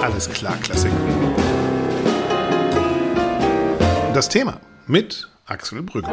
Alles klar, Klassik. Das Thema mit Axel Brügge.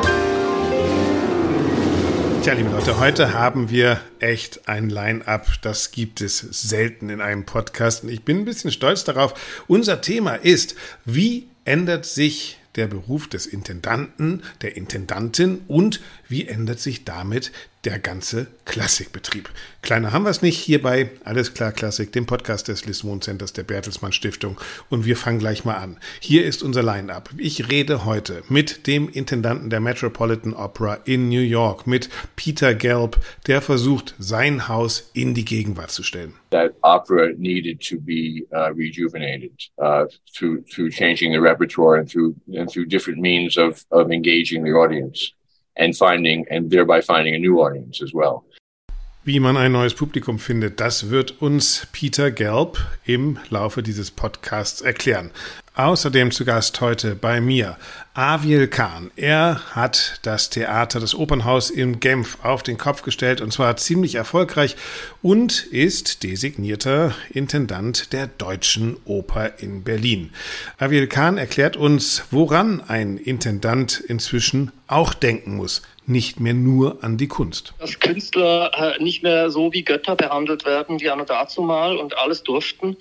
Tja, liebe Leute, heute haben wir echt ein Line-Up, das gibt es selten in einem Podcast. Und ich bin ein bisschen stolz darauf. Unser Thema ist, wie ändert sich der Beruf des Intendanten, der Intendantin und wie ändert sich damit der ganze Klassikbetrieb. Kleiner haben wir es nicht hier bei Alles klar Klassik, dem Podcast des Lismon Centers der Bertelsmann Stiftung. Und wir fangen gleich mal an. Hier ist unser Line-Up. Ich rede heute mit dem Intendanten der Metropolitan Opera in New York, mit Peter Gelb, der versucht, sein Haus in die Gegenwart zu stellen. That opera needed to be rejuvenated through changing the repertoire and through different means of engaging the audience and thereby finding a new audience as well. Wie man ein neues Publikum findet, das wird uns Peter Gelb im Laufe dieses Podcasts erklären. Außerdem zu Gast heute bei mir Aviel Khan. Er hat das Theater, das Opernhaus in Genf auf den Kopf gestellt und zwar ziemlich erfolgreich und ist designierter Intendant der Deutschen Oper in Berlin. Aviel Khan erklärt uns, woran ein Intendant inzwischen auch denken muss. Nicht mehr nur an die Kunst. Dass Künstler nicht mehr so wie Götter behandelt werden, wie anno dazumal und alles durften,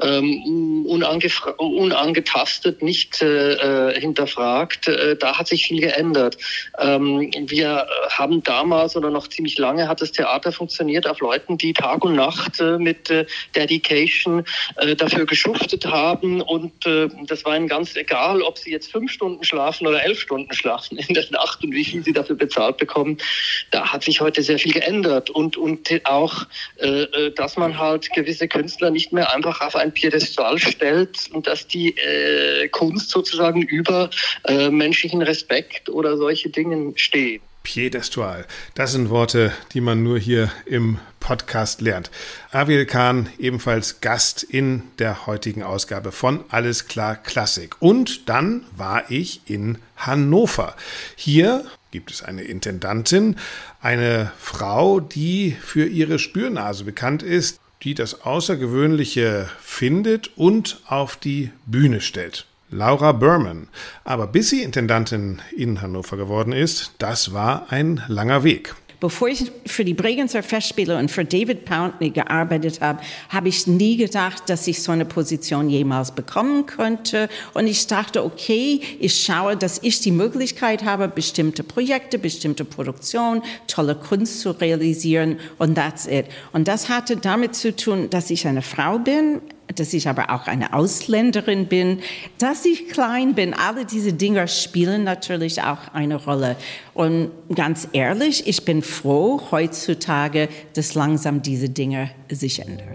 unangetastet, nicht hinterfragt. Da hat sich viel geändert. Wir haben damals oder noch ziemlich lange hat das Theater funktioniert auf Leuten, die Tag und Nacht mit Dedication dafür geschuftet haben und das war ihnen ganz egal, ob sie jetzt 5 Stunden schlafen oder 11 Stunden schlafen in der Nacht und wie viel sie dafür bezahlt bekommen. Da hat sich heute sehr viel geändert und auch, dass man halt gewisse Künstler nicht mehr einfach auf ein Piedestal stellt und dass die Kunst sozusagen über menschlichen Respekt oder solche Dinge steht. Piedestal. Das sind Worte, die man nur hier im Podcast lernt. Aviel Khan, ebenfalls Gast in der heutigen Ausgabe von Alles klar Klassik. Und dann war ich in Hannover. Hier gibt es eine Intendantin, eine Frau, die für ihre Spürnase bekannt ist, die das Außergewöhnliche findet und auf die Bühne stellt. Laura Berman. Aber bis sie Intendantin in Hannover geworden ist, das war ein langer Weg. Bevor ich für die Bregenzer Festspiele und für David Pountney gearbeitet habe, habe ich nie gedacht, dass ich so eine Position jemals bekommen könnte. Und ich dachte, okay, ich schaue, dass ich die Möglichkeit habe, bestimmte Projekte, bestimmte Produktionen, tolle Kunst zu realisieren und that's it. Und das hatte damit zu tun, dass ich eine Frau bin, dass ich aber auch eine Ausländerin bin, dass ich klein bin. Alle diese Dinge spielen natürlich auch eine Rolle. Und ganz ehrlich, ich bin froh heutzutage, dass langsam diese Dinge sich ändern.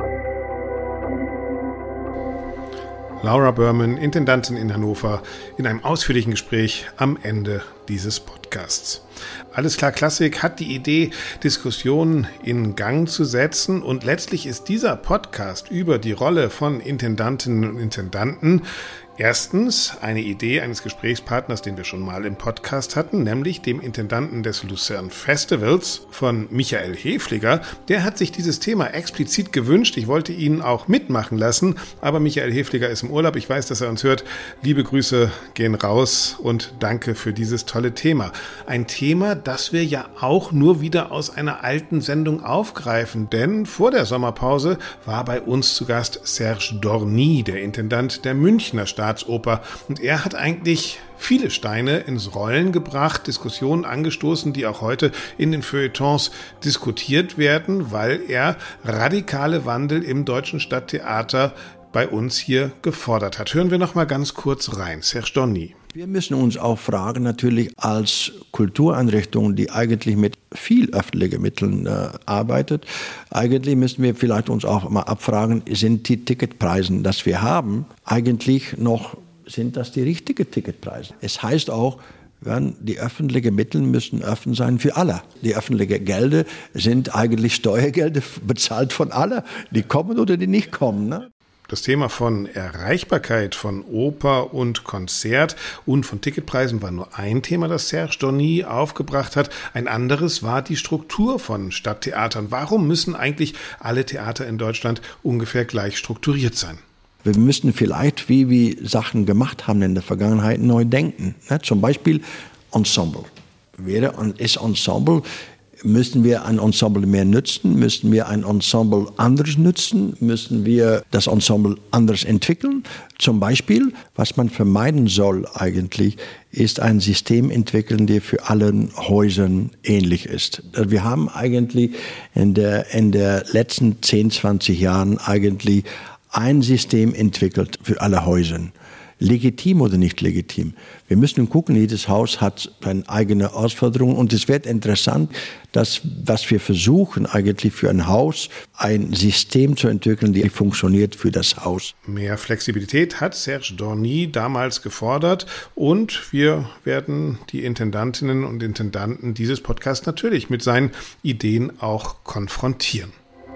Laura Berman, Intendantin in Hannover, in einem ausführlichen Gespräch am Ende dieses Podcasts. Alles klar Klassik hat die Idee, Diskussionen in Gang zu setzen und letztlich ist dieser Podcast über die Rolle von Intendantinnen und Intendanten erstens eine Idee eines Gesprächspartners, den wir schon mal im Podcast hatten, nämlich dem Intendanten des Lucerne Festivals von Michael Häfliger. Der hat sich dieses Thema explizit gewünscht. Ich wollte ihn auch mitmachen lassen, aber Michael Häfliger ist im Urlaub. Ich weiß, dass er uns hört. Liebe Grüße gehen raus und danke für dieses tolle Thema. Ein Thema, das wir ja auch nur wieder aus einer alten Sendung aufgreifen, denn vor der Sommerpause war bei uns zu Gast Serge Dorny, der Intendant der Münchner Staatsoper. Und er hat eigentlich viele Steine ins Rollen gebracht, Diskussionen angestoßen, die auch heute in den Feuilletons diskutiert werden, weil er radikale Wandel im Deutschen Stadttheater bei uns hier gefordert hat. Hören wir noch mal ganz kurz rein. Serge Dorny. Wir müssen uns auch fragen, natürlich als Kultureinrichtung, die eigentlich mit viel öffentlichen Mitteln arbeitet, eigentlich müssen wir vielleicht uns auch mal abfragen, sind die Ticketpreise, das wir haben, eigentlich noch, sind das die richtigen Ticketpreise? Es heißt auch, die öffentlichen Mittel müssen offen sein für alle. Die öffentlichen Gelder sind eigentlich Steuergelder bezahlt von allen, die kommen oder die nicht kommen, ne? Das Thema von Erreichbarkeit von Oper und Konzert und von Ticketpreisen war nur ein Thema, das Serge Dorny aufgebracht hat. Ein anderes war die Struktur von Stadttheatern. Warum müssen eigentlich alle Theater in Deutschland ungefähr gleich strukturiert sein? Wir müssen vielleicht, wie wir Sachen gemacht haben in der Vergangenheit, neu denken. Zum Beispiel Ensemble. Ist Ensemble, müssen wir ein Ensemble mehr nutzen? Müssen wir ein Ensemble anders nutzen? Müssen wir das Ensemble anders entwickeln? Zum Beispiel, was man vermeiden soll eigentlich, ist ein System entwickeln, das für alle Häusern ähnlich ist. Wir haben eigentlich in der letzten 10, 20 Jahren eigentlich ein System entwickelt für alle Häuser. Legitim oder nicht legitim. Wir müssen gucken, jedes Haus hat seine eigene Herausforderung und es wird interessant, dass was wir versuchen eigentlich für ein Haus, ein System zu entwickeln, das funktioniert für das Haus. Mehr Flexibilität hat Serge Dorny damals gefordert und wir werden die Intendantinnen und Intendanten dieses Podcasts natürlich mit seinen Ideen auch konfrontieren.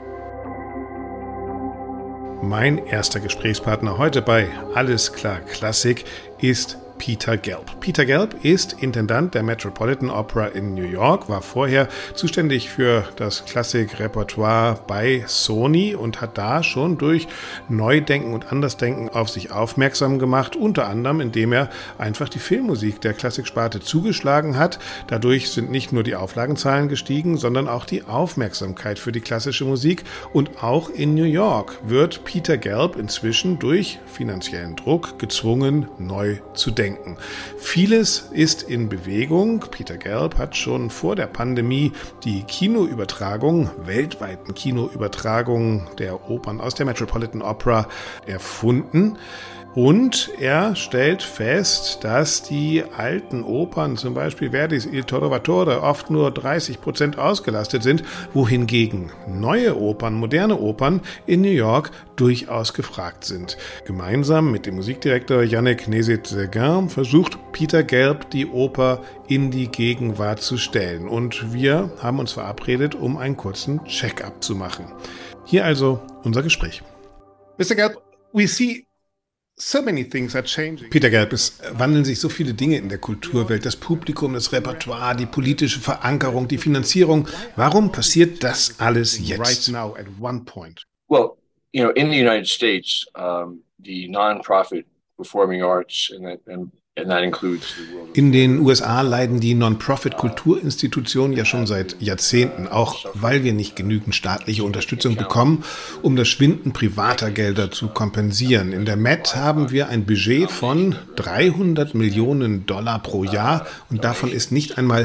Mein erster Gesprächspartner heute bei Alles klar Klassik ist Peter Gelb. Peter Gelb ist Intendant der Metropolitan Opera in New York, war vorher zuständig für das Klassikrepertoire bei Sony und hat da schon durch Neudenken und Andersdenken auf sich aufmerksam gemacht, unter anderem indem er einfach die Filmmusik der Klassiksparte zugeschlagen hat. Dadurch sind nicht nur die Auflagenzahlen gestiegen, sondern auch die Aufmerksamkeit für die klassische Musik. Und auch in New York wird Peter Gelb inzwischen durch finanziellen Druck gezwungen, neu zu denken. Vieles ist in Bewegung. Peter Gelb hat schon vor der Pandemie die Kinoübertragung, weltweiten Kinoübertragung der Opern aus der Metropolitan Opera erfunden. Und er stellt fest, dass die alten Opern, zum Beispiel Verdis Il Trovatore, oft nur 30% ausgelastet sind, wohingegen neue Opern, moderne Opern in New York durchaus gefragt sind. Gemeinsam mit dem Musikdirektor Yannick Nézet-Séguin versucht Peter Gelb, die Oper in die Gegenwart zu stellen. Und wir haben uns verabredet, um einen kurzen Check-up zu machen. Hier also unser Gespräch. Mr. Gelb, we see so many things are changing. Peter Gelb, es wandeln sich so viele Dinge in der Kulturwelt. Das Publikum, das Repertoire, die politische Verankerung, die Finanzierung. Warum passiert das alles jetzt? Right now at one point. Well, you know, in the United States, the non-profit performing arts and that includes the world. In den USA leiden die Non-Profit-Kulturinstitutionen ja schon seit Jahrzehnten, auch weil wir nicht genügend staatliche Unterstützung bekommen, um das Schwinden privater Gelder zu kompensieren. In der Met haben wir ein Budget von $300 Millionen pro Jahr und davon ist nicht einmal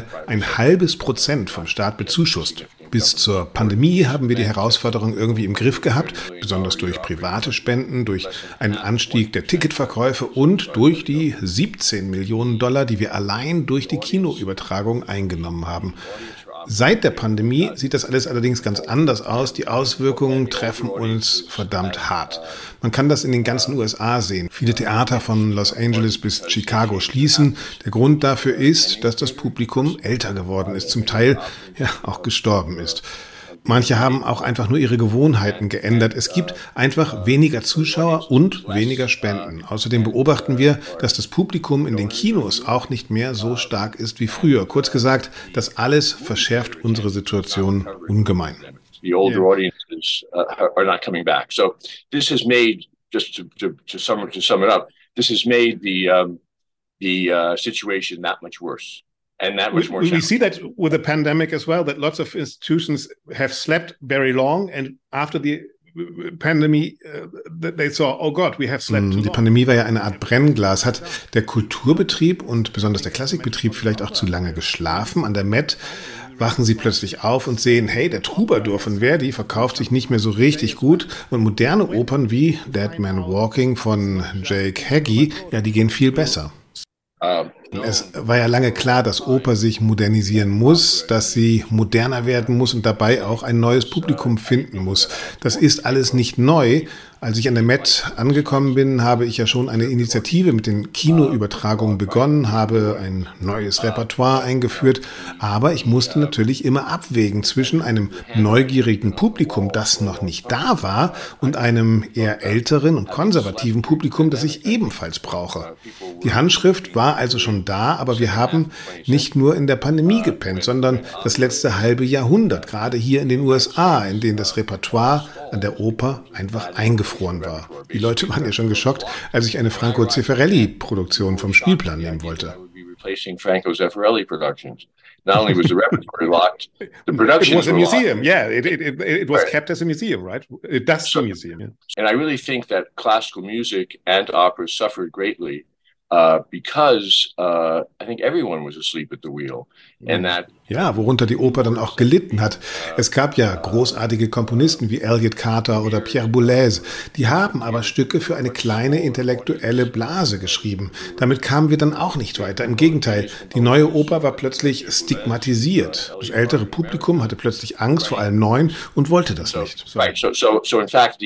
0,5% vom Staat bezuschusst. Bis zur Pandemie haben wir die Herausforderung irgendwie im Griff gehabt, besonders durch private Spenden, durch einen Anstieg der Ticketverkäufe und durch die $17 Millionen, die wir allein durch die Kinoübertragung eingenommen haben. Seit der Pandemie sieht das alles allerdings ganz anders aus. Die Auswirkungen treffen uns verdammt hart. Man kann das in den ganzen USA sehen. Viele Theater von Los Angeles bis Chicago schließen. Der Grund dafür ist, dass das Publikum älter geworden ist, zum Teil ja auch gestorben ist. Manche haben auch einfach nur ihre Gewohnheiten geändert. Es gibt einfach weniger Zuschauer und weniger Spenden. Außerdem beobachten wir, dass das Publikum in den Kinos auch nicht mehr so stark ist wie früher. Kurz gesagt, das alles verschärft unsere Situation ungemein. The older audiences are not coming back. So this has made, just to sum it up, this has made the situation that much worse. And that was more we see that with the pandemic as well, that lots of institutions have slept very long, and after the pandemic, they saw, oh God, we have slept too long. Die Pandemie war ja eine Art Brennglas. Hat der Kulturbetrieb und besonders der Klassikbetrieb vielleicht auch zu lange geschlafen? An der Met wachen sie plötzlich auf und sehen, hey, der Troubadour von Verdi verkauft sich nicht mehr so richtig gut und moderne Opern wie Dead Man Walking von Jake Heggie, ja, die gehen viel besser. Es war ja lange klar, dass Oper sich modernisieren muss, dass sie moderner werden muss und dabei auch ein neues Publikum finden muss. Das ist alles nicht neu. Als ich an der Met angekommen bin, habe ich ja schon eine Initiative mit den Kinoübertragungen begonnen, habe ein neues Repertoire eingeführt, aber ich musste natürlich immer abwägen zwischen einem neugierigen Publikum, das noch nicht da war, und einem eher älteren und konservativen Publikum, das ich ebenfalls brauche. Die Handschrift war also schon da, aber wir haben nicht nur in der Pandemie gepennt, sondern das letzte halbe Jahrhundert, gerade hier in den USA, in denen das Repertoire an der Oper einfach eingefroren war. Die Leute waren ja schon geschockt, als ich eine Franco Zeffirelli-Produktion vom Spielplan nehmen wollte. Franco Zeffirelli productions. Not only was the repertoire locked, the productions it was a were museum. locked. Yeah, it was kept as a museum, right? That's the museum. Yeah. And I really think that classical music and opera suffered greatly because I think everyone was asleep at the wheel, and that. Ja, worunter die Oper dann auch gelitten hat. Es gab ja großartige Komponisten wie Elliott Carter oder Pierre Boulez. Die haben aber Stücke für eine kleine intellektuelle Blase geschrieben. Damit kamen wir dann auch nicht weiter. Im Gegenteil, die neue Oper war plötzlich stigmatisiert. Das ältere Publikum hatte plötzlich Angst vor allem Neuen und wollte das nicht. Right. So in fact,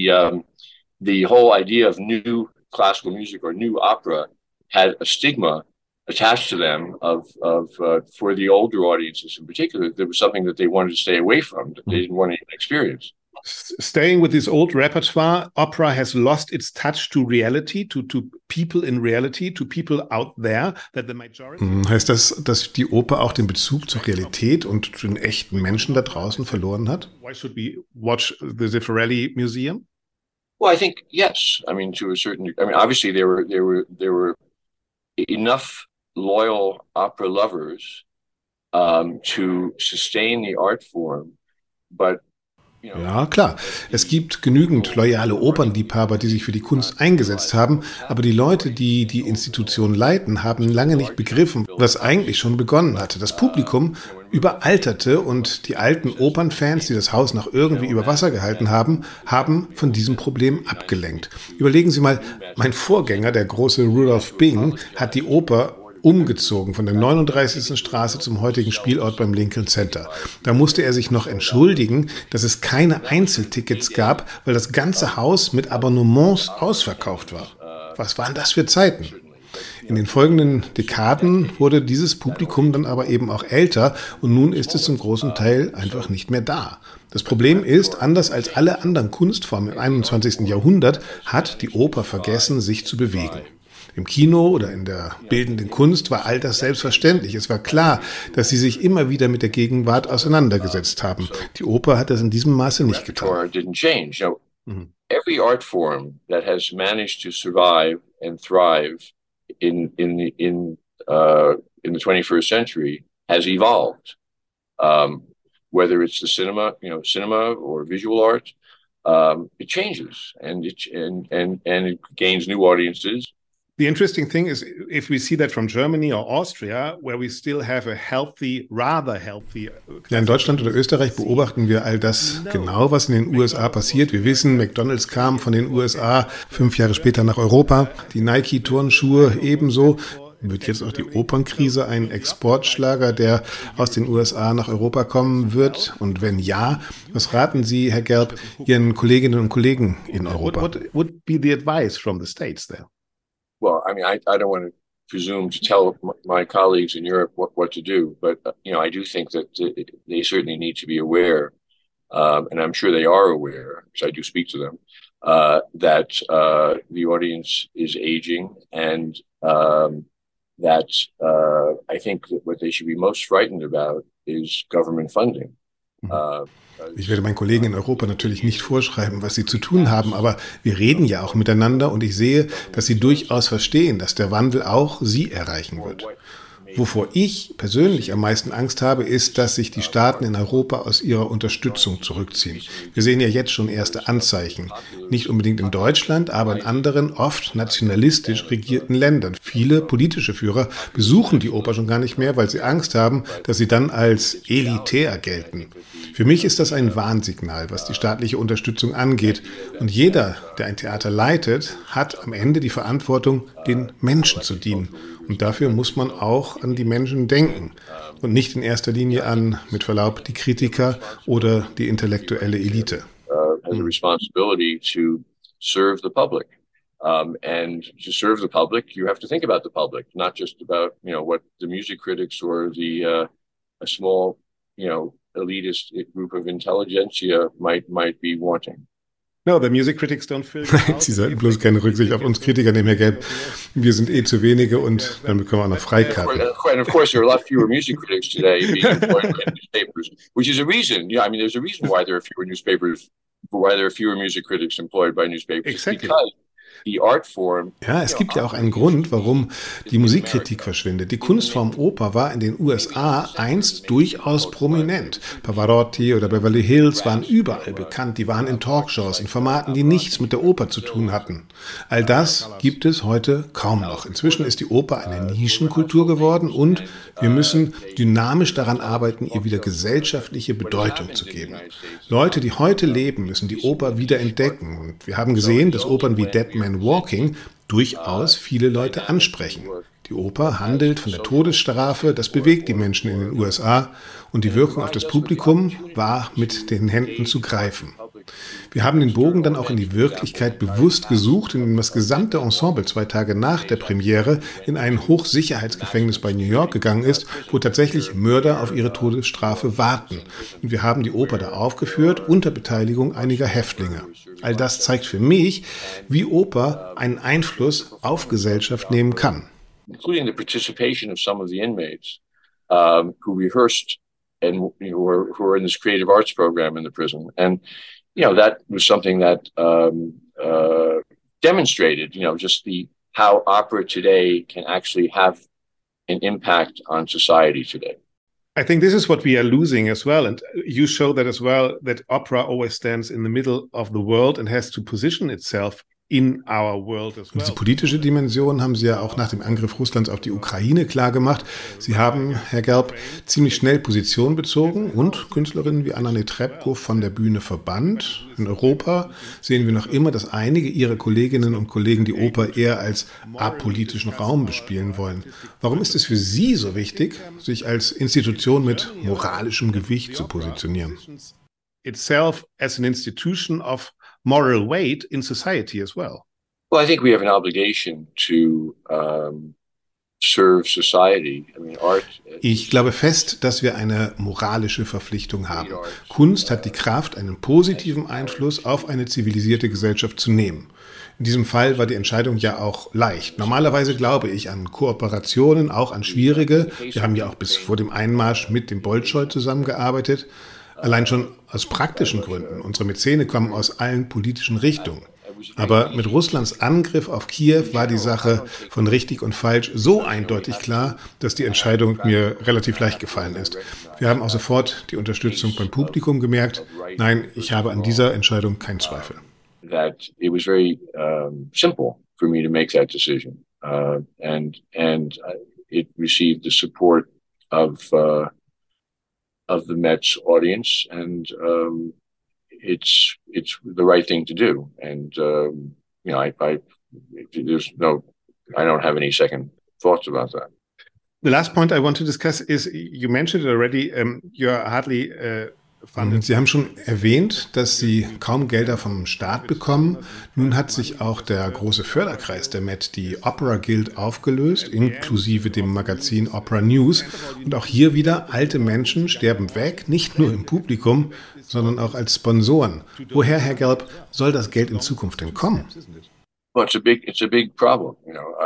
the whole idea of new classical music or new opera had a stigma attached to them of for the older audiences in particular. There was something that they wanted to stay away from, that they didn't want to even experience. Staying with this old repertoire, opera has lost its touch to reality, to people in reality, to people out there, that the majority. Heißt das, dass die Oper auch den Bezug zur Realität und zu den echten Menschen da draußen verloren hat? Why should we watch the Zeffirelli Museum? Well, I think yes. I mean, to a certain. I mean, obviously there were enough loyal opera lovers to sustain the art form, but. Ja, klar. Es gibt genügend loyale Opernliebhaber, die sich für die Kunst eingesetzt haben, aber die Leute, die die Institution leiten, haben lange nicht begriffen, was eigentlich schon begonnen hatte. Das Publikum überalterte und die alten Opernfans, die das Haus noch irgendwie über Wasser gehalten haben, haben von diesem Problem abgelenkt. Überlegen Sie mal, mein Vorgänger, der große Rudolph Bing, hat die Oper umgezogen von der 39. Straße zum heutigen Spielort beim Lincoln Center. Da musste er sich noch entschuldigen, dass es keine Einzeltickets gab, weil das ganze Haus mit Abonnements ausverkauft war. Was waren das für Zeiten? In den folgenden Dekaden wurde dieses Publikum dann aber eben auch älter und nun ist es zum großen Teil einfach nicht mehr da. Das Problem ist, anders als alle anderen Kunstformen im 21. Jahrhundert hat die Oper vergessen, sich zu bewegen. Im Kino oder in der bildenden Kunst war all das selbstverständlich. Es war klar, dass sie sich immer wieder mit der Gegenwart auseinandergesetzt haben. Die Oper hat das in diesem Maße nicht getan. Every art form that has managed to survive and thrive in the 21st century has evolved. Whether it's the cinema or visual art, it changes and it gains new audiences. The interesting thing is, if we see that from Germany or Austria, where we still have a rather healthy. Ja, in Deutschland oder Österreich beobachten wir all das genau, was in den USA passiert. Wir wissen, McDonald's kam von den USA 5 Jahre später nach Europa. Die Nike-Turnschuhe ebenso. Wird jetzt auch die Opernkrise ein Exportschlager, der aus den USA nach Europa kommen wird? Und wenn ja, was raten Sie, Herr Gelb, Ihren Kolleginnen und Kollegen in Europa? What would be the advice from the States there? Well, I mean, I don't want to presume to tell my colleagues in Europe what to do, but I do think that they certainly need to be aware, and I'm sure they are aware, because I do speak to them, that the audience is aging, and that I think that what they should be most frightened about is government funding. Ich werde meinen Kollegen in Europa natürlich nicht vorschreiben, was sie zu tun haben, aber wir reden ja auch miteinander und ich sehe, dass sie durchaus verstehen, dass der Wandel auch sie erreichen wird. Wovor ich persönlich am meisten Angst habe, ist, dass sich die Staaten in Europa aus ihrer Unterstützung zurückziehen. Wir sehen ja jetzt schon erste Anzeichen. Nicht unbedingt in Deutschland, aber in anderen, oft nationalistisch regierten Ländern. Viele politische Führer besuchen die Oper schon gar nicht mehr, weil sie Angst haben, dass sie dann als elitär gelten. Für mich ist das ein Warnsignal, was die staatliche Unterstützung angeht. Und jeder, der ein Theater leitet, hat am Ende die Verantwortung, den Menschen zu dienen. Und dafür muss man auch an die Menschen denken und nicht in erster Linie an, mit Verlaub, die Kritiker oder die intellektuelle Elite. Has a responsibility to serve the public. And to serve the public, you have to think about the public, not just about, what the music critics or a small, elitist group of intelligentsia might be wanting. No, the music critics don't feel. Sie sollten bloß keine Rücksicht auf uns Kritiker nehmen, Herr Gelb. Wir sind zu wenige und dann bekommen wir auch noch Freikarten. And of course, there are a lot fewer music critics today being employed by newspapers, which is a reason. Yeah, I mean, there's a reason why there are fewer newspapers why there are fewer music critics employed by newspapers. Exactly. Because the art form. Ja, es gibt ja auch einen Grund, warum die Musikkritik verschwindet. Die Kunstform Oper war in den USA einst durchaus prominent. Pavarotti oder Beverly Hills waren überall bekannt. Die waren in Talkshows, in Formaten, die nichts mit der Oper zu tun hatten. All das gibt es heute kaum noch. Inzwischen ist die Oper eine Nischenkultur geworden und wir müssen dynamisch daran arbeiten, ihr wieder gesellschaftliche Bedeutung zu geben. Leute, die heute leben, müssen die Oper wieder entdecken. Und wir haben gesehen, dass Opern wie Dead Man Walking durchaus viele Leute ansprechen. Die Oper handelt von der Todesstrafe, das bewegt die Menschen in den USA und die Wirkung auf das Publikum war mit den Händen zu greifen. Wir haben den Bogen dann auch in die Wirklichkeit bewusst gesucht, indem das gesamte Ensemble 2 Tage nach der Premiere in ein Hochsicherheitsgefängnis bei New York gegangen ist, wo tatsächlich Mörder auf ihre Todesstrafe warten. Und wir haben die Oper da aufgeführt unter Beteiligung einiger Häftlinge. All das zeigt für mich, wie Oper einen Einfluss auf Gesellschaft nehmen kann. Including the participation of some of the inmates who rehearsed and who are in this creative arts program in the prison. And that was something that demonstrated, just how opera today can actually have an impact on society today. I think this is what we are losing as well. And you show that as well, that opera always stands in the middle of the world and has to position itself in our world as well. Diese politische Dimension haben Sie ja auch nach dem Angriff Russlands auf die Ukraine klargemacht. Sie haben, Herr Gelb, ziemlich schnell Position bezogen und Künstlerinnen wie Anna Netrebko von der Bühne verbannt. In Europa sehen wir noch immer, dass einige Ihrer Kolleginnen und Kollegen die Oper eher als apolitischen Raum bespielen wollen. Warum ist es für Sie so wichtig, sich als Institution mit moralischem Gewicht zu positionieren? Itself as an institution of moral weight in society as well. Well, I think we have an obligation to serve society. I mean, art. Ich glaube fest, dass wir eine moralische Verpflichtung haben. Kunst hat die Kraft, einen positiven Einfluss auf eine zivilisierte Gesellschaft zu nehmen. In diesem Fall war die Entscheidung ja auch leicht. Normalerweise glaube ich an Kooperationen, auch an schwierige. Wir haben ja auch bis vor dem Einmarsch mit dem Bolschoi zusammengearbeitet. Allein schon aus praktischen Gründen. Unsere Mäzene kommen aus allen politischen Richtungen. Aber mit Russlands Angriff auf Kiew war die Sache von richtig und falsch so eindeutig klar, dass die Entscheidung mir relativ leicht gefallen ist. Wir haben auch sofort die Unterstützung beim Publikum gemerkt. Nein, ich habe an dieser Entscheidung keinen Zweifel. That it was very simple for me to make that decision, and it received the support of the Met's audience, and it's the right thing to do. And I don't have any second thoughts about that. The last point I want to discuss is, you mentioned it already, you're hardly Sie haben schon erwähnt, dass Sie kaum Gelder vom Staat bekommen. Nun hat sich auch der große Förderkreis der Met, die Opera Guild, aufgelöst, inklusive dem Magazin Opera News. Und auch hier wieder, alte Menschen sterben weg, nicht nur im Publikum, sondern auch als Sponsoren. Woher, Herr Gelb, soll das Geld in Zukunft denn kommen? Well, it's a big problem.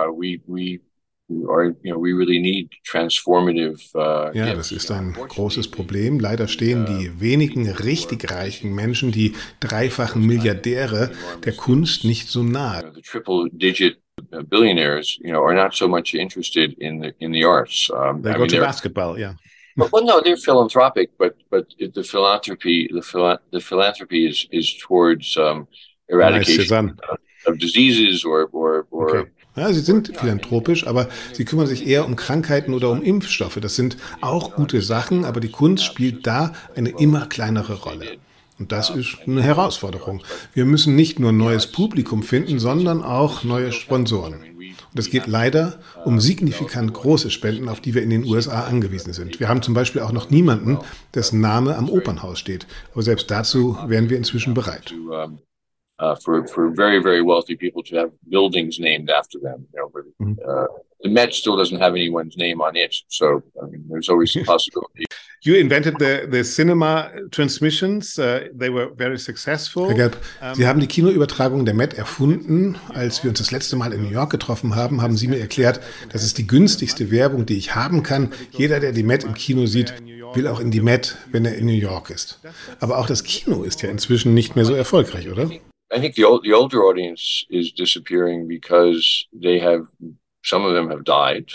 We really need transformative. Ja, das ist ein großes Problem. Leider stehen die wenigen richtig reichen Menschen, die dreifachen Milliardäre, der Kunst nicht so nahe. The triple-digit billionaires, are not so much interested in the arts. They go to basketball, yeah. Well, no, they're philanthropic, but the philanthropy is towards eradication of diseases or. Okay. Ja, sie sind philanthropisch, aber sie kümmern sich eher um Krankheiten oder um Impfstoffe. Das sind auch gute Sachen, aber die Kunst spielt da eine immer kleinere Rolle. Und das ist eine Herausforderung. Wir müssen nicht nur ein neues Publikum finden, sondern auch neue Sponsoren. Und es geht leider um signifikant große Spenden, auf die wir in den USA angewiesen sind. Wir haben zum Beispiel auch noch niemanden, dessen Name am Opernhaus steht. Aber selbst dazu wären wir inzwischen bereit. For very, very wealthy people to have buildings named after them. The Met still doesn't have anyone's name on it, so there's always a possibility. You invented the cinema transmissions. They were very successful. Herr Gelb, Sie haben die Kinoübertragung der Met erfunden. Als wir uns das letzte Mal in New York getroffen haben, haben Sie mir erklärt, das ist die günstigste Werbung, die ich haben kann. Jeder, der die Met im Kino sieht, will auch in die Met, wenn er in New York ist. Aber auch das Kino ist ja inzwischen nicht mehr so erfolgreich, oder? I think the older audience is disappearing because some of them have died,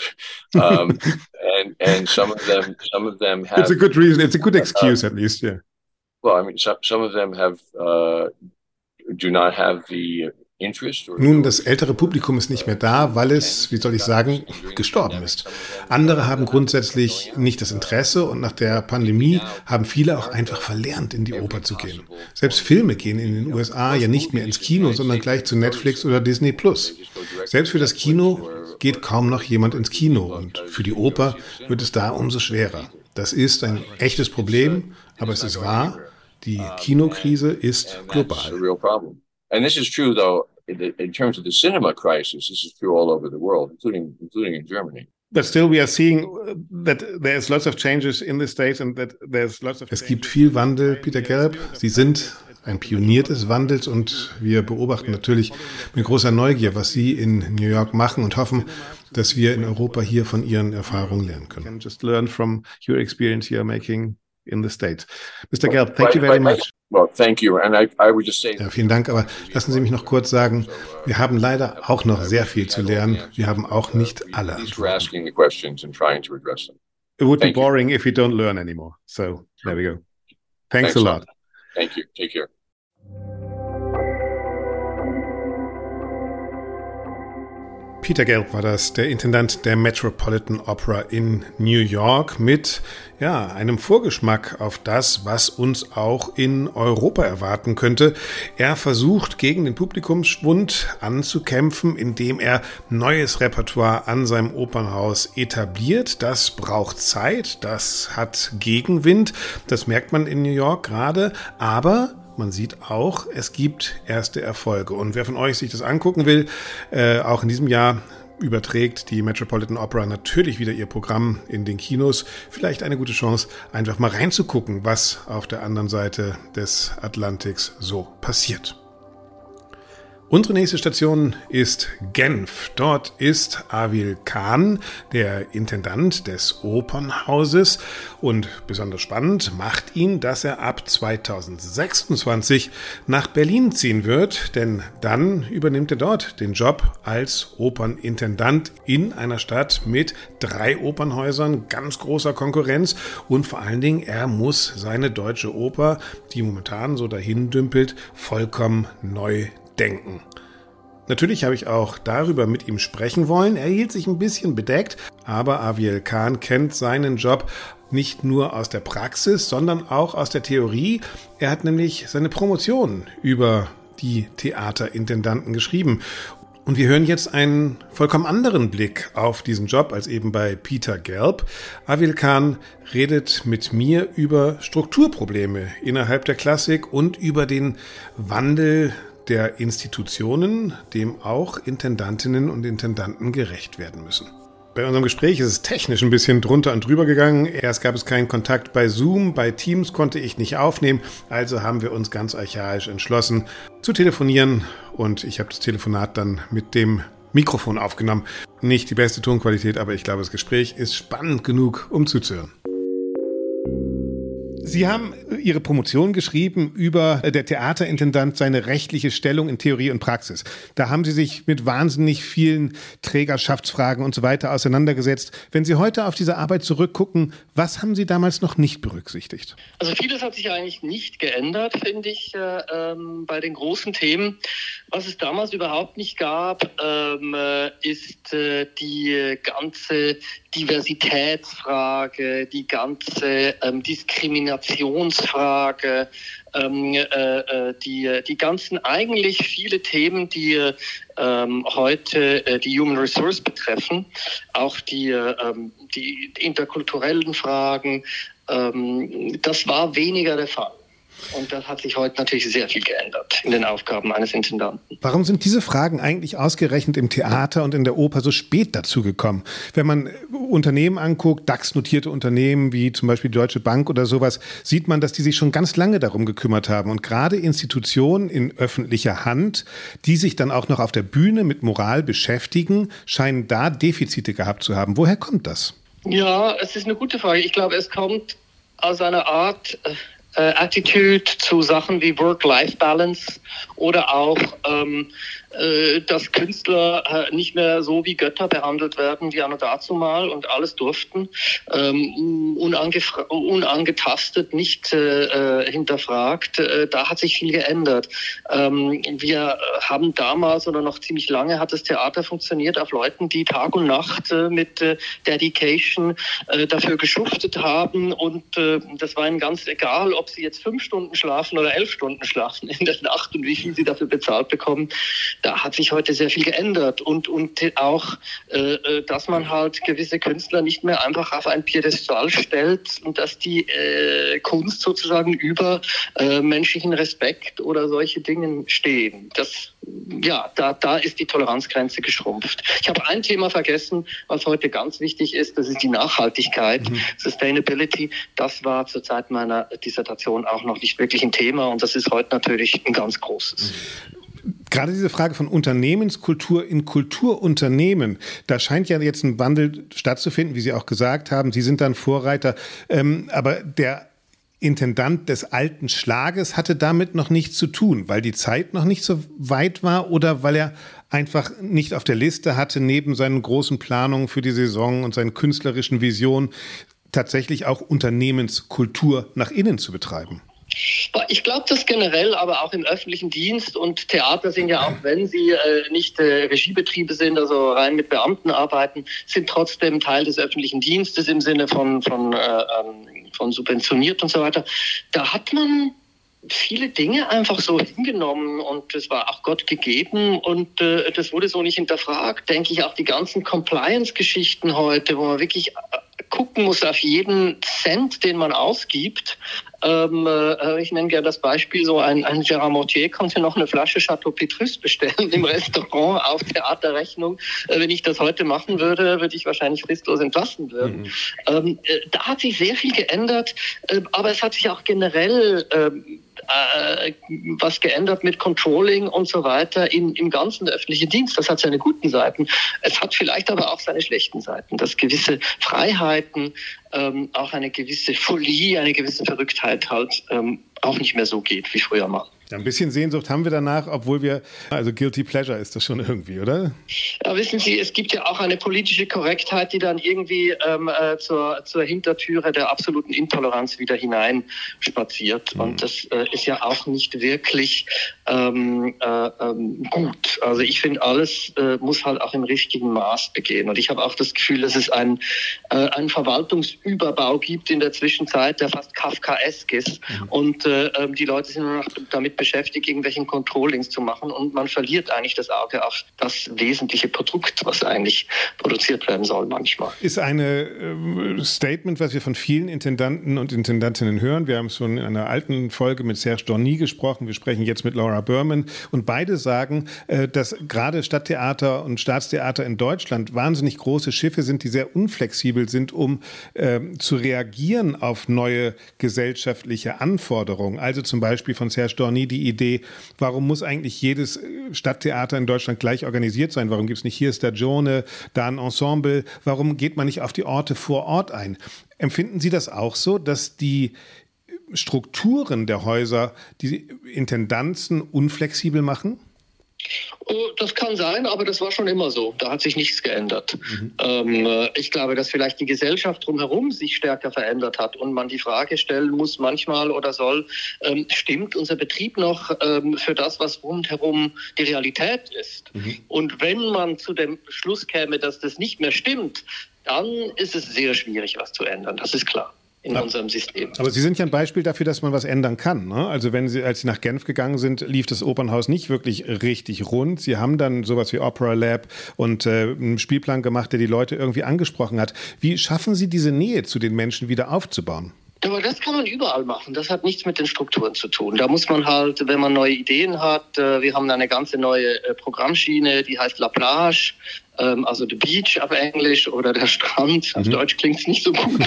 and some of them have. It's a good reason. It's a good excuse, at least, yeah. Well, I mean, some of them do not have the interest. Nun, das ältere Publikum ist nicht mehr da, weil es, wie soll ich sagen, gestorben ist. Andere haben grundsätzlich nicht das Interesse und nach der Pandemie haben viele auch einfach verlernt, in die Oper zu gehen. Selbst Filme gehen in den USA ja nicht mehr ins Kino, sondern gleich zu Netflix oder Disney+. Selbst für das Kino geht kaum noch jemand ins Kino und für die Oper wird es da umso schwerer. Das ist ein echtes Problem, aber es ist wahr, die Kinokrise ist global. And this is true, though, in terms of the cinema crisis. This is true all over the world, including in Germany. But still, we are seeing that there's lots of changes in the States and that there's lots of. Es gibt viel Wandel, Peter Gelb. Sie sind ein Pionier des Wandels und wir beobachten natürlich mit großer Neugier, was Sie in New York machen und hoffen, dass wir in Europa hier von Ihren Erfahrungen lernen können. Just learn from your experience you're making in the States. Mr. Gelb, thank you very much. Well, thank you. And I would just say. Ja, vielen Dank, aber lassen Sie mich noch kurz sagen, wir haben leider auch noch sehr viel zu lernen. Wir haben auch nicht alle Antworten. It would be boring if we don't learn anymore. So, there we go. Thanks a lot. Thank you. Take care. Peter Gelb war das, der Intendant der Metropolitan Opera in New York mit einem Vorgeschmack auf das, was uns auch in Europa erwarten könnte. Er versucht, gegen den Publikumsschwund anzukämpfen, indem er neues Repertoire an seinem Opernhaus etabliert. Das braucht Zeit, das hat Gegenwind, das merkt man in New York gerade, aber man sieht auch, es gibt erste Erfolge. Und wer von euch sich das angucken will, auch in diesem Jahr überträgt die Metropolitan Opera natürlich wieder ihr Programm in den Kinos. Vielleicht eine gute Chance, einfach mal reinzugucken, was auf der anderen Seite des Atlantiks so passiert. Unsere nächste Station ist Genf. Dort ist Avil Khan, der Intendant des Opernhauses. Und besonders spannend macht ihn, dass er ab 2026 nach Berlin ziehen wird. Denn dann übernimmt er dort den Job als Opernintendant in einer Stadt mit 3 Opernhäusern, ganz großer Konkurrenz. Und vor allen Dingen, er muss seine deutsche Oper, die momentan so dahin dümpelt, vollkommen neu denken. Natürlich habe ich auch darüber mit ihm sprechen wollen. Er hielt sich ein bisschen bedeckt, aber Avil Khan kennt seinen Job nicht nur aus der Praxis, sondern auch aus der Theorie. Er hat nämlich seine Promotion über die Theaterintendanten geschrieben. Und wir hören jetzt einen vollkommen anderen Blick auf diesen Job als eben bei Peter Gelb. Avil Khan redet mit mir über Strukturprobleme innerhalb der Klassik und über den Wandel der Institutionen, dem auch Intendantinnen und Intendanten gerecht werden müssen. Bei unserem Gespräch ist es technisch ein bisschen drunter und drüber gegangen. Erst gab es keinen Kontakt bei Zoom, bei Teams konnte ich nicht aufnehmen, also haben wir uns ganz archaisch entschlossen zu telefonieren und ich habe das Telefonat dann mit dem Mikrofon aufgenommen. Nicht die beste Tonqualität, aber ich glaube, das Gespräch ist spannend genug, um zuzuhören. Sie haben Ihre Promotion geschrieben über der Theaterintendant, seine rechtliche Stellung in Theorie und Praxis. Da haben Sie sich mit wahnsinnig vielen Trägerschaftsfragen und so weiter auseinandergesetzt. Wenn Sie heute auf diese Arbeit zurückgucken, was haben Sie damals noch nicht berücksichtigt? Also vieles hat sich eigentlich nicht geändert, finde ich, bei den großen Themen. Was es damals überhaupt nicht gab, ist die ganze Diversitätsfrage, die ganze Diskriminationsfrage, die ganzen eigentlich viele Themen, die heute die Human Resource betreffen, auch die interkulturellen Fragen, das war weniger der Fall. Und das hat sich heute natürlich sehr viel geändert in den Aufgaben eines Intendanten. Warum sind diese Fragen eigentlich ausgerechnet im Theater und in der Oper so spät dazu gekommen? Wenn man Unternehmen anguckt, DAX-notierte Unternehmen wie zum Beispiel die Deutsche Bank oder sowas, sieht man, dass die sich schon ganz lange darum gekümmert haben. Und gerade Institutionen in öffentlicher Hand, die sich dann auch noch auf der Bühne mit Moral beschäftigen, scheinen da Defizite gehabt zu haben. Woher kommt das? Ja, es ist eine gute Frage. Ich glaube, es kommt aus einer Art Attitude zu Sachen wie Work-Life-Balance oder auch, dass Künstler nicht mehr so wie Götter behandelt werden wie anno dazumal und alles durften, unangetastet, nicht hinterfragt. Da hat sich viel geändert. Wir haben damals oder noch ziemlich lange hat das Theater funktioniert auf Leuten, die Tag und Nacht mit Dedication dafür geschuftet haben und das war ihnen ganz egal, ob sie jetzt 5 Stunden schlafen oder 11 Stunden schlafen in der Nacht und wie viel sie dafür bezahlt bekommen. Da hat sich heute sehr viel geändert und auch, dass man halt gewisse Künstler nicht mehr einfach auf ein Piedestal stellt und dass die Kunst sozusagen über menschlichen Respekt oder solche Dingen stehen. Da ist die Toleranzgrenze geschrumpft. Ich habe ein Thema vergessen, was heute ganz wichtig ist, das ist die Nachhaltigkeit, Sustainability. Das war zur Zeit meiner Dissertation auch noch nicht wirklich ein Thema und das ist heute natürlich ein ganz großes. Gerade diese Frage von Unternehmenskultur in Kulturunternehmen, da scheint ja jetzt ein Wandel stattzufinden, wie Sie auch gesagt haben. Sie sind dann Vorreiter, aber der Intendant des alten Schlages hatte damit noch nichts zu tun, weil die Zeit noch nicht so weit war oder weil er einfach nicht auf der Liste hatte, neben seinen großen Planungen für die Saison und seinen künstlerischen Visionen tatsächlich auch Unternehmenskultur nach innen zu betreiben. Ich glaube, das generell, aber auch im öffentlichen Dienst und Theater sind ja auch, wenn sie nicht Regiebetriebe sind, also rein mit Beamten arbeiten, sind trotzdem Teil des öffentlichen Dienstes im Sinne von subventioniert und so weiter. Da hat man viele Dinge einfach so hingenommen und es war auch Gott gegeben und das wurde so nicht hinterfragt. Denke ich auch die ganzen Compliance-Geschichten heute, wo man wirklich gucken muss auf jeden Cent, den man ausgibt. Ich nenne gerne das Beispiel, so ein Gérard Mortier konnte noch eine Flasche Chateau Petrus bestellen im Restaurant auf Theaterrechnung. Wenn ich das heute machen würde, würde ich wahrscheinlich fristlos entlassen werden. Da hat sich sehr viel geändert, aber es hat sich auch generell was geändert mit Controlling und so weiter im ganzen öffentlichen Dienst. Das hat seine guten Seiten. Es hat vielleicht aber auch seine schlechten Seiten, dass gewisse Freiheiten, auch eine gewisse Folie, eine gewisse Verrücktheit halt auch nicht mehr so geht wie früher mal. Ja, ein bisschen Sehnsucht haben wir danach, obwohl also Guilty Pleasure ist das schon irgendwie, oder? Ja, wissen Sie, es gibt ja auch eine politische Korrektheit, die dann irgendwie zur Hintertüre der absoluten Intoleranz wieder hineinspaziert. Und das ist ja auch nicht wirklich gut. Also ich finde, alles muss halt auch im richtigen Maß begehen. Und ich habe auch das Gefühl, dass es einen Verwaltungsüberbau gibt in der Zwischenzeit, der fast kafkaesk ist. Und die Leute sind nur noch damit beschäftigt, irgendwelchen Controllings zu machen und man verliert eigentlich das Auge auf das wesentliche Produkt, was eigentlich produziert werden soll manchmal. Ist ein Statement, was wir von vielen Intendanten und Intendantinnen hören. Wir haben schon in einer alten Folge mit Serge Dorny gesprochen. Wir sprechen jetzt mit Laura Berman und beide sagen, dass gerade Stadttheater und Staatstheater in Deutschland wahnsinnig große Schiffe sind, die sehr unflexibel sind, um zu reagieren auf neue gesellschaftliche Anforderungen. Also zum Beispiel von Serge Dorny die Idee, warum muss eigentlich jedes Stadttheater in Deutschland gleich organisiert sein? Warum gibt es nicht hier Stagione, da ein Ensemble? Warum geht man nicht auf die Orte vor Ort ein? Empfinden Sie das auch so, dass die Strukturen der Häuser die Intendanzen unflexibel machen? Das kann sein, aber das war schon immer so. Da hat sich nichts geändert. Ich glaube, dass vielleicht die Gesellschaft drumherum sich stärker verändert hat und man die Frage stellen muss manchmal oder soll, stimmt unser Betrieb noch für das, was rundherum die Realität ist? Und wenn man zu dem Schluss käme, dass das nicht mehr stimmt, dann ist es sehr schwierig, was zu ändern. Das ist klar. In unserem System. Aber Sie sind ja ein Beispiel dafür, dass man was ändern kann. Ne? Also als Sie nach Genf gegangen sind, lief das Opernhaus nicht wirklich richtig rund. Sie haben dann sowas wie Opera Lab und einen Spielplan gemacht, der die Leute irgendwie angesprochen hat. Wie schaffen Sie diese Nähe zu den Menschen wieder aufzubauen? Aber das kann man überall machen. Das hat nichts mit den Strukturen zu tun. Da muss man halt, wenn man neue Ideen hat, wir haben eine ganze neue Programmschiene, die heißt La Plage. also the beach auf Englisch oder der Strand, auf Deutsch klingt es nicht so gut,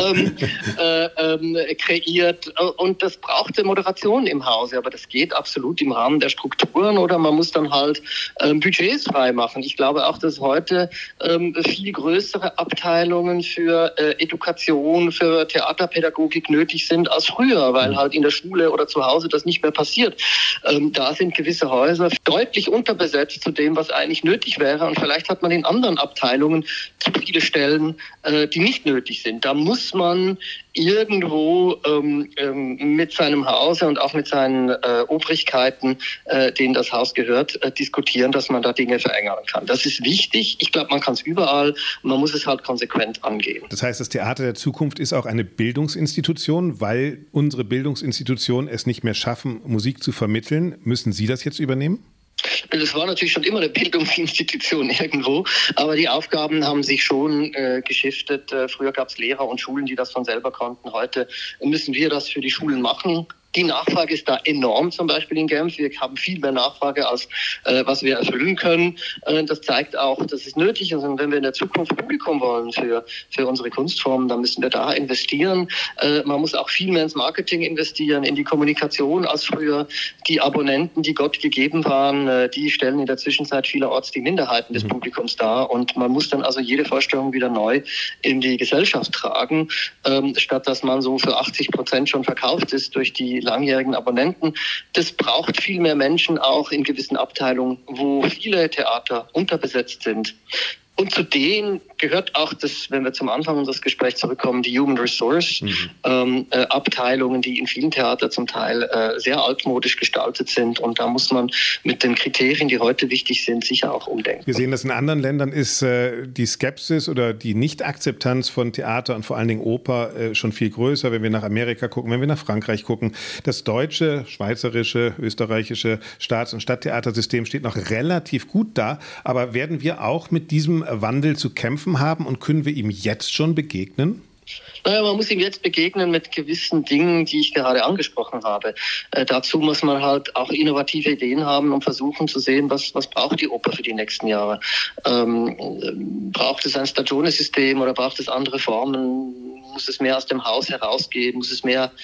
kreiert. Und das brauchte Moderation im Hause, aber das geht absolut im Rahmen der Strukturen oder man muss dann halt Budgets freimachen. Ich glaube auch, dass heute viel größere Abteilungen für Education, für Theaterpädagogik nötig sind als früher, weil halt in der Schule oder zu Hause das nicht mehr passiert. Da sind gewisse Häuser deutlich unterbesetzt zu dem, was eigentlich nötig wäre. Und vielleicht hat man in anderen Abteilungen zu viele Stellen, die nicht nötig sind. Da muss man irgendwo mit seinem Hause und auch mit seinen Obrigkeiten, denen das Haus gehört, diskutieren, dass man da Dinge verlängern kann. Das ist wichtig. Ich glaube, man kann es überall. Man muss es halt konsequent angehen. Das heißt, das Theater der Zukunft ist auch eine Bildungsinstitution, weil unsere Bildungsinstitutionen es nicht mehr schaffen, Musik zu vermitteln. Müssen Sie das jetzt übernehmen? Das war natürlich schon immer eine Bildungsinstitution irgendwo, aber die Aufgaben haben sich schon geschiftet. Früher gab es Lehrer und Schulen, die das von selber konnten. Heute müssen wir das für die Schulen machen. Die Nachfrage ist da enorm, zum Beispiel in Genf. Wir haben viel mehr Nachfrage, als was wir erfüllen können. Das zeigt auch, dass es nötig ist. Und wenn wir in der Zukunft Publikum wollen für unsere Kunstformen, dann müssen wir da investieren. Man muss auch viel mehr ins Marketing investieren, in die Kommunikation als früher. Die Abonnenten, die Gott gegeben waren, die stellen in der Zwischenzeit vielerorts die Minderheiten des Publikums dar. Und man muss dann also jede Vorstellung wieder neu in die Gesellschaft tragen, statt dass man so für 80% schon verkauft ist durch die langjährigen Abonnenten. Das braucht viel mehr Menschen auch in gewissen Abteilungen, wo viele Theater unterbesetzt sind. Und zu denen gehört auch das, wenn wir zum Anfang unseres Gesprächs zurückkommen, die Human Resource Abteilungen, die in vielen Theatern zum Teil sehr altmodisch gestaltet sind. Und da muss man mit den Kriterien, die heute wichtig sind, sicher auch umdenken. Wir sehen, dass in anderen Ländern ist die Skepsis oder die Nichtakzeptanz von Theater und vor allen Dingen Oper schon viel größer. Wenn wir nach Amerika gucken, wenn wir nach Frankreich gucken. Das deutsche, schweizerische, österreichische Staats- und Stadttheatersystem steht noch relativ gut da. Aber werden wir auch mit diesem Wandel zu kämpfen haben und können wir ihm jetzt schon begegnen? Naja, man muss ihm jetzt begegnen mit gewissen Dingen, die ich gerade angesprochen habe. Dazu muss man halt auch innovative Ideen haben und versuchen zu sehen, was braucht die Oper für die nächsten Jahre. Braucht es ein Stagione-System oder braucht es andere Formen? Muss es mehr aus dem Haus herausgehen? Muss es mehr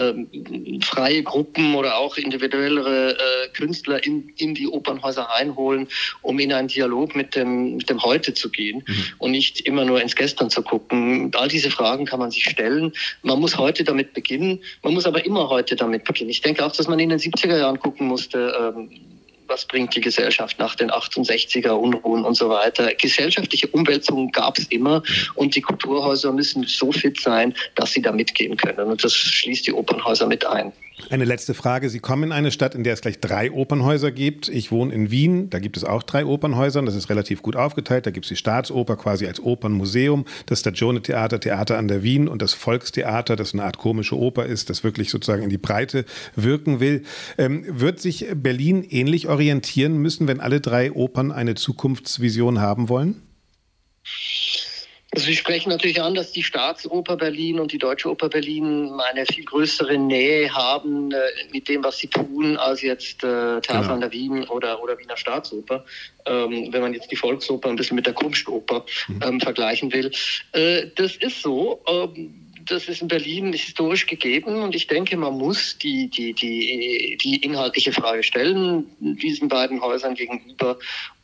freie Gruppen oder auch individuellere Künstler in die Opernhäuser einholen, um in einen Dialog mit dem Heute zu gehen und nicht immer nur ins Gestern zu gucken. All diese Fragen kann man sich stellen. Man muss heute damit beginnen. Man muss aber immer heute damit beginnen. Ich denke auch, dass man in den 70er Jahren gucken musste, was bringt die Gesellschaft nach den 68er Unruhen und so weiter. Gesellschaftliche Umwälzungen gab es immer und die Kulturhäuser müssen so fit sein, dass sie da mitgehen können. Und das schließt die Opernhäuser mit ein. Eine letzte Frage. Sie kommen in eine Stadt, in der es gleich 3 Opernhäuser gibt. Ich wohne in Wien, da gibt es auch 3 Opernhäuser. Das ist relativ gut aufgeteilt. Da gibt es die Staatsoper quasi als Opernmuseum, das Stagione-Theater, Theater an der Wien und das Volkstheater, das eine Art komische Oper ist, das wirklich sozusagen in die Breite wirken will. Wird sich Berlin ähnlich orientieren müssen, wenn alle 3 Opern eine Zukunftsvision haben wollen? Also Sie sprechen natürlich an, dass die Staatsoper Berlin und die Deutsche Oper Berlin eine viel größere Nähe haben mit dem, was sie tun, als jetzt Theater an der Wien oder Wiener Staatsoper. Wenn man jetzt die Volksoper ein bisschen mit der Kunstoper vergleichen will. Das ist so. Das ist in Berlin historisch gegeben und ich denke, man muss die inhaltliche Frage stellen, diesen beiden Häusern gegenüber.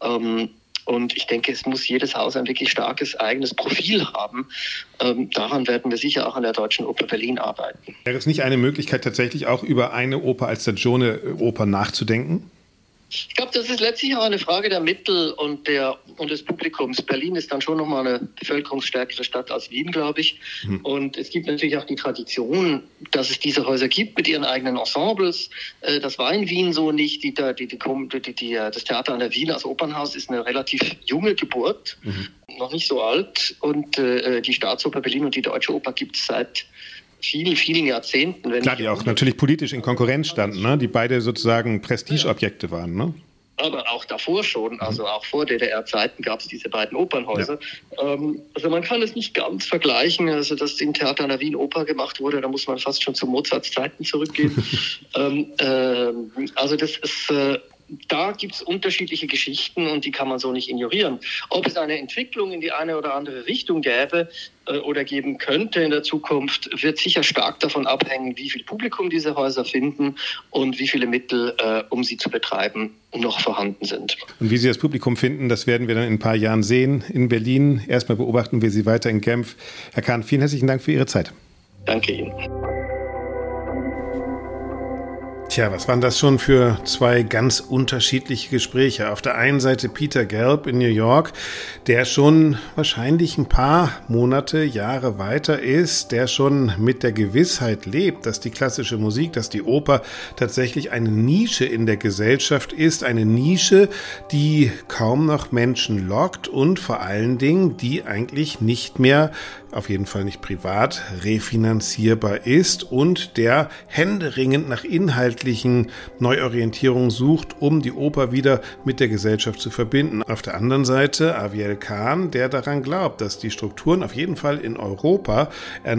Und ich denke, es muss jedes Haus ein wirklich starkes eigenes Profil haben. Daran werden wir sicher auch an der Deutschen Oper Berlin arbeiten. Wäre es nicht eine Möglichkeit, tatsächlich auch über eine Oper als Stagione-Oper nachzudenken? Ich glaube, das ist letztlich auch eine Frage der Mittel und des Publikums. Berlin ist dann schon nochmal eine bevölkerungsstärkere Stadt als Wien, glaube ich. Und es gibt natürlich auch die Tradition, dass es diese Häuser gibt mit ihren eigenen Ensembles. Das war in Wien so nicht. Das Theater an der Wien als Opernhaus ist eine relativ junge Geburt, noch nicht so alt. Und die Staatsoper Berlin und die Deutsche Oper gibt es seit vielen, vielen Jahrzehnten. Klar, die auch natürlich politisch in Konkurrenz standen, ne? Die beide sozusagen Prestigeobjekte waren, ne? Aber auch davor schon, also auch vor DDR-Zeiten gab es diese beiden Opernhäuser. Ja. Also man kann es nicht ganz vergleichen, also dass im Theater an der Wien Oper gemacht wurde, da muss man fast schon zu Mozarts Zeiten zurückgehen. Also das ist da gibt es unterschiedliche Geschichten und die kann man so nicht ignorieren. Ob es eine Entwicklung in die eine oder andere Richtung gäbe oder geben könnte in der Zukunft, wird sicher stark davon abhängen, wie viel Publikum diese Häuser finden und wie viele Mittel, um sie zu betreiben, noch vorhanden sind. Und wie Sie das Publikum finden, das werden wir dann in ein paar Jahren sehen in Berlin. Erstmal beobachten wir Sie weiter in Genf. Herr Kahn, vielen herzlichen Dank für Ihre Zeit. Danke Ihnen. Tja, was waren das schon für zwei ganz unterschiedliche Gespräche? Auf der einen Seite Peter Gelb in New York, der schon wahrscheinlich ein paar Monate, Jahre weiter ist, der schon mit der Gewissheit lebt, dass die klassische Musik, dass die Oper tatsächlich eine Nische in der Gesellschaft ist, eine Nische, die kaum noch Menschen lockt und vor allen Dingen, die eigentlich nicht mehr, auf jeden Fall nicht privat, refinanzierbar ist und der händeringend nach inhaltlichen Neuorientierungen sucht, um die Oper wieder mit der Gesellschaft zu verbinden. Auf der anderen Seite Aviel Kahn, der daran glaubt, dass die Strukturen auf jeden Fall in Europa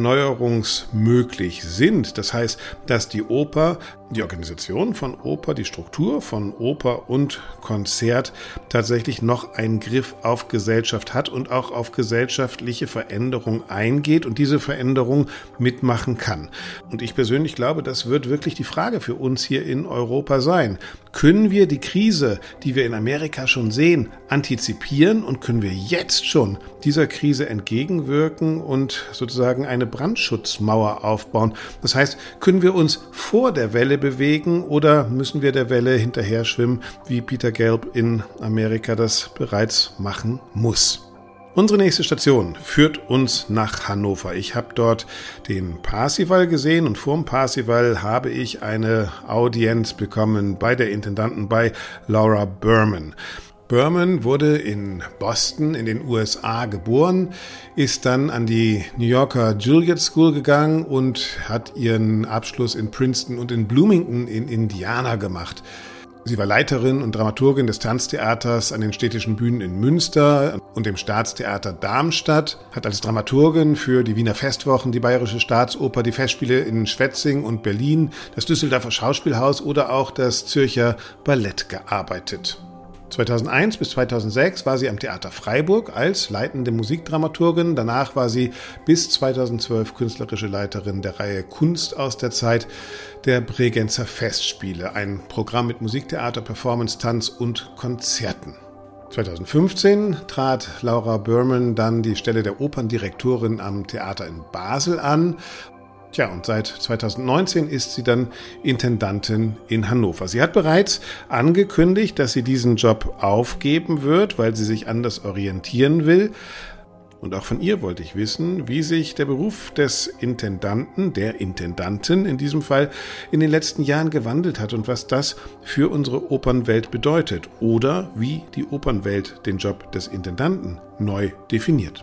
erneuerungsmöglich sind. Das heißt, dass die Oper, die Organisation von Oper, die Struktur von Oper und Konzert tatsächlich noch einen Griff auf Gesellschaft hat und auch auf gesellschaftliche Veränderung eingeht und diese Veränderung mitmachen kann. Und ich persönlich glaube, das wird wirklich die Frage für uns hier in Europa sein. Können wir die Krise, die wir in Amerika schon sehen, antizipieren und können wir jetzt schon dieser Krise entgegenwirken und sozusagen eine Brandschutzmauer aufbauen? Das heißt, können wir uns vor der Welle bewegen oder müssen wir der Welle hinterher schwimmen, wie Peter Gelb in Amerika das bereits machen muss? Unsere nächste Station führt uns nach Hannover. Ich habe dort den Parsival gesehen und vorm Parsival habe ich eine Audienz bekommen bei der Intendanten, bei Laura Berman. Berman wurde in Boston in den USA geboren, ist dann an die New Yorker Juilliard School gegangen und hat ihren Abschluss in Princeton und in Bloomington in Indiana gemacht. Sie war Leiterin und Dramaturgin des Tanztheaters an den städtischen Bühnen in Münster und dem Staatstheater Darmstadt, hat als Dramaturgin für die Wiener Festwochen, die Bayerische Staatsoper, die Festspiele in Schwetzing und Berlin, das Düsseldorfer Schauspielhaus oder auch das Zürcher Ballett gearbeitet. 2001 bis 2006 war sie am Theater Freiburg als leitende Musikdramaturgin. Danach war sie bis 2012 künstlerische Leiterin der Reihe Kunst aus der Zeit der Bregenzer Festspiele, ein Programm mit Musiktheater, Performance, Tanz und Konzerten. 2015 trat Laura Berman dann die Stelle der Operndirektorin am Theater in Basel an. Tja, und seit 2019 ist sie dann Intendantin in Hannover. Sie hat bereits angekündigt, dass sie diesen Job aufgeben wird, weil sie sich anders orientieren will. Und auch von ihr wollte ich wissen, wie sich der Beruf des Intendanten, der Intendantin in diesem Fall, in den letzten Jahren gewandelt hat und was das für unsere Opernwelt bedeutet oder wie die Opernwelt den Job des Intendanten neu definiert.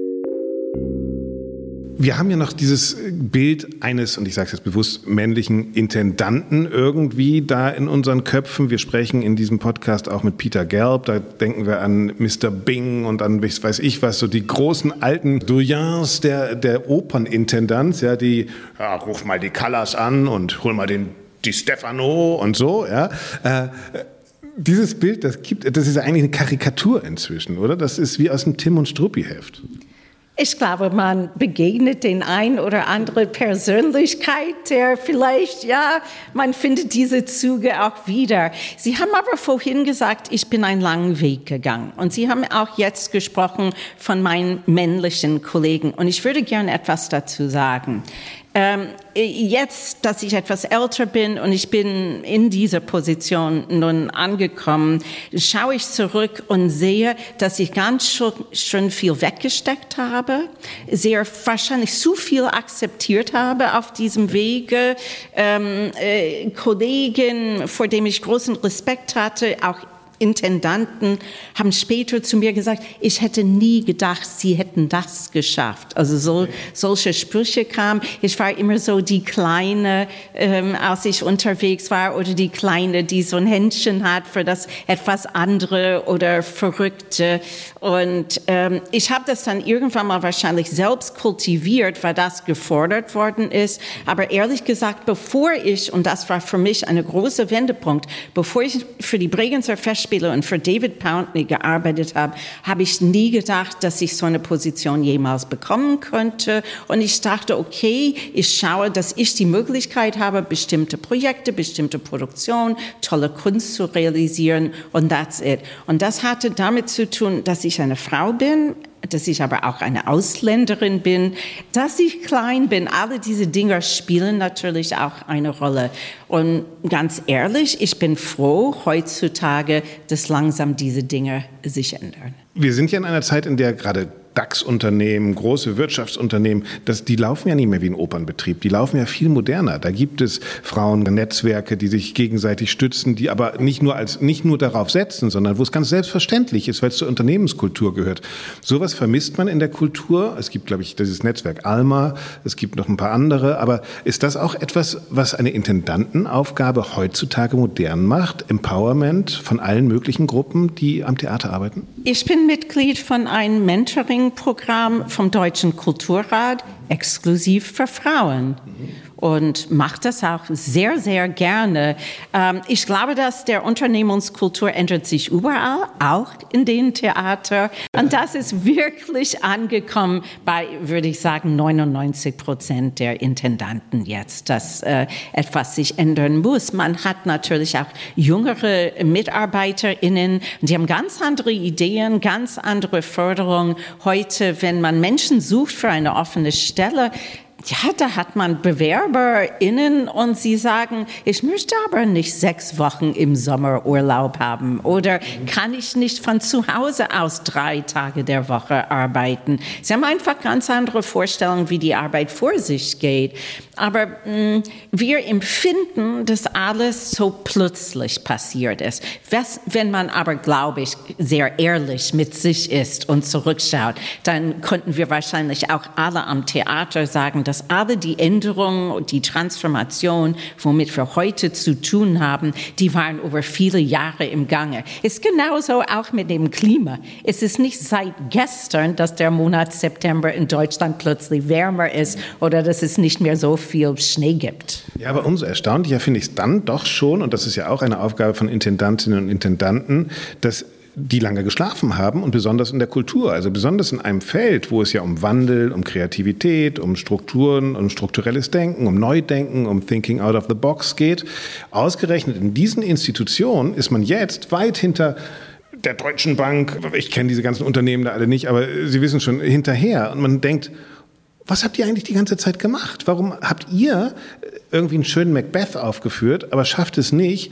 Wir haben ja noch dieses Bild eines, und ich sage es jetzt bewusst, männlichen Intendanten irgendwie da in unseren Köpfen. Wir sprechen in diesem Podcast auch mit Peter Gelb, da denken wir an Mr. Bing und an, weiß ich was, so die großen alten Doyens der Opernintendanz, ja, die, ja, ruf mal die Callas an und hol mal die Stefano und so, ja. Dieses Bild, das ist eigentlich eine Karikatur inzwischen, oder? Das ist wie aus dem Tim und Struppi-Heft. Ich glaube, man begegnet den ein oder andere Persönlichkeit, der vielleicht, ja, man findet diese Züge auch wieder. Sie haben aber vorhin gesagt, ich bin einen langen Weg gegangen. Und Sie haben auch jetzt gesprochen von meinen männlichen Kollegen. Und ich würde gerne etwas dazu sagen. Jetzt, dass ich etwas älter bin und ich bin in dieser Position nun angekommen, schaue ich zurück und sehe, dass ich ganz schön viel weggesteckt habe, sehr wahrscheinlich zu viel akzeptiert habe auf diesem Wege, Kollegen, vor denen ich großen Respekt hatte, auch Intendanten haben später zu mir gesagt, ich hätte nie gedacht, sie hätten das geschafft. Also solche Sprüche kamen. Ich war immer so die Kleine, als ich unterwegs war, oder die Kleine, die so ein Händchen hat für das etwas andere oder Verrückte. Und ich habe das dann irgendwann mal wahrscheinlich selbst kultiviert, weil das gefordert worden ist. Aber ehrlich gesagt, und das war für mich ein großer Wendepunkt, bevor ich für die Bregenzer Festspiele und für David Pountney gearbeitet habe, habe ich nie gedacht, dass ich so eine Position jemals bekommen könnte. Und ich dachte, okay, ich schaue, dass ich die Möglichkeit habe, bestimmte Projekte, bestimmte Produktionen, tolle Kunst zu realisieren und that's it. Und das hatte damit zu tun, dass ich eine Frau bin, dass ich aber auch eine Ausländerin bin, dass ich klein bin. Alle diese Dinge spielen natürlich auch eine Rolle. Und ganz ehrlich, ich bin froh heutzutage, dass langsam diese Dinge sich ändern. Wir sind ja in einer Zeit, in der gerade DAX-Unternehmen, große Wirtschaftsunternehmen, die laufen ja nicht mehr wie ein Opernbetrieb, die laufen ja viel moderner. Da gibt es Frauennetzwerke, die sich gegenseitig stützen, die aber nicht nur darauf setzen, sondern wo es ganz selbstverständlich ist, weil es zur Unternehmenskultur gehört. Sowas vermisst man in der Kultur. Es gibt, glaube ich, dieses Netzwerk Alma, es gibt noch ein paar andere, aber ist das auch etwas, was eine Intendantenaufgabe heutzutage modern macht? Empowerment von allen möglichen Gruppen, die am Theater arbeiten? Ich bin Mitglied von einem Mentoring-Programm vom Deutschen Kulturrat, exklusiv für Frauen. Und mache das auch sehr, sehr gerne. Ich glaube, dass der Unternehmenskultur ändert sich überall, auch in den Theatern. Und das ist wirklich angekommen bei, würde ich sagen, 99% der Intendanten jetzt, dass etwas sich ändern muss. Man hat natürlich auch jüngere MitarbeiterInnen, die haben ganz andere Ideen, ganz andere Förderung. Heute, wenn man Menschen sucht für eine offene Stelle, ja, da hat man BewerberInnen und sie sagen, ich möchte aber nicht 6 Wochen im Sommer Urlaub haben oder kann ich nicht von zu Hause aus 3 Tage der Woche arbeiten. Sie haben einfach ganz andere Vorstellungen, wie die Arbeit vor sich geht. Aber wir empfinden, dass alles so plötzlich passiert ist. Wenn man aber, glaube ich, sehr ehrlich mit sich ist und zurückschaut, dann könnten wir wahrscheinlich auch alle am Theater sagen, dass alle die Änderungen und die Transformation, womit wir heute zu tun haben, die waren über viele Jahre im Gange. Es ist genauso auch mit dem Klima. Es ist nicht seit gestern, dass der Monat September in Deutschland plötzlich wärmer ist oder dass es nicht mehr so viel Schnee gibt. Ja, aber umso erstaunlicher finde ich es dann doch schon, und das ist ja auch eine Aufgabe von Intendantinnen und Intendanten, dass die lange geschlafen haben und besonders in der Kultur, also besonders in einem Feld, wo es ja um Wandel, um Kreativität, um Strukturen, um strukturelles Denken, um Neudenken, um Thinking out of the box geht. Ausgerechnet in diesen Institutionen ist man jetzt weit hinter der Deutschen Bank, ich kenne diese ganzen Unternehmen da alle nicht, aber Sie wissen schon, hinterher. Und man denkt, was habt ihr eigentlich die ganze Zeit gemacht? Warum habt ihr irgendwie einen schönen Macbeth aufgeführt, aber schafft es nicht,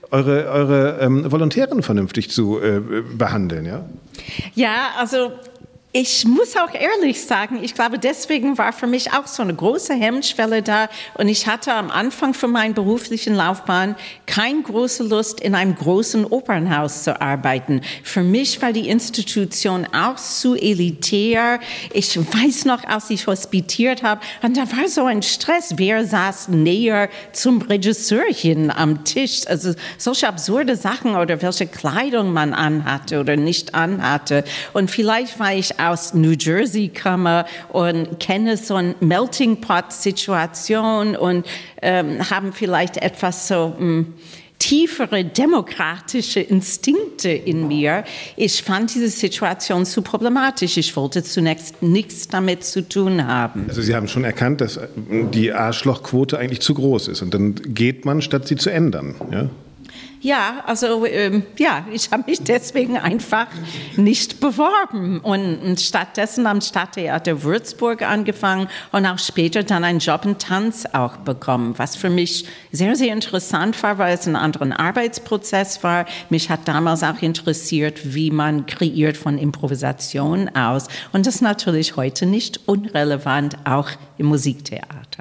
eure Volontären vernünftig zu behandeln? Ja? Ja, also ich muss auch ehrlich sagen, ich glaube, deswegen war für mich auch so eine große Hemmschwelle da und ich hatte am Anfang von meiner beruflichen Laufbahn keine große Lust, in einem großen Opernhaus zu arbeiten. Für mich war die Institution auch zu elitär. Ich weiß noch, als ich hospitiert habe, und da war so ein Stress, wer saß näher zum Regisseurchen am Tisch. Also solche absurde Sachen oder welche Kleidung man anhatte oder nicht anhatte. Und vielleicht war ich aus New Jersey komme und kenne so eine Melting Pot-Situation und haben vielleicht etwas so tiefere demokratische Instinkte in mir. Ich fand diese Situation zu problematisch. Ich wollte zunächst nichts damit zu tun haben. Also Sie haben schon erkannt, dass die Arschlochquote eigentlich zu groß ist und dann geht man, statt sie zu ändern, ja? Ja, also ich habe mich deswegen einfach nicht beworben und stattdessen am Stadttheater Würzburg angefangen und auch später dann einen Job in Tanz auch bekommen, was für mich sehr, sehr interessant war, weil es ein anderer Arbeitsprozess war. Mich hat damals auch interessiert, wie man kreiert von Improvisation aus und das ist natürlich heute nicht unrelevant, auch im Musiktheater.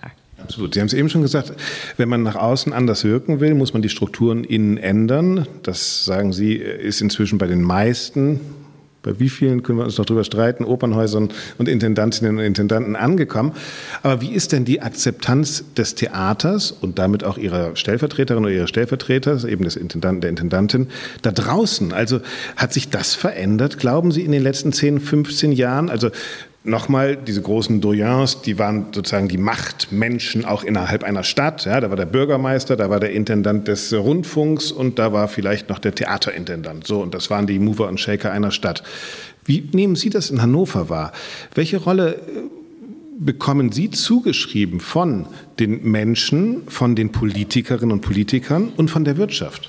Absolut. Sie haben es eben schon gesagt, wenn man nach außen anders wirken will, muss man die Strukturen innen ändern. Das, sagen Sie, ist inzwischen bei den meisten, bei wie vielen können wir uns noch drüber streiten, Opernhäusern und Intendantinnen und Intendanten angekommen. Aber wie ist denn die Akzeptanz des Theaters und damit auch Ihrer Stellvertreterin oder Ihres Stellvertreters, eben des Intendanten, der Intendantin, da draußen? Also hat sich das verändert, glauben Sie, in den letzten 10, 15 Jahren? Also nochmal, diese großen Doyens, die waren sozusagen die Machtmenschen auch innerhalb einer Stadt. Ja, da war der Bürgermeister, da war der Intendant des Rundfunks und da war vielleicht noch der Theaterintendant. So, und das waren die Mover und Shaker einer Stadt. Wie nehmen Sie das in Hannover wahr? Welche Rolle bekommen Sie zugeschrieben von den Menschen, von den Politikerinnen und Politikern und von der Wirtschaft?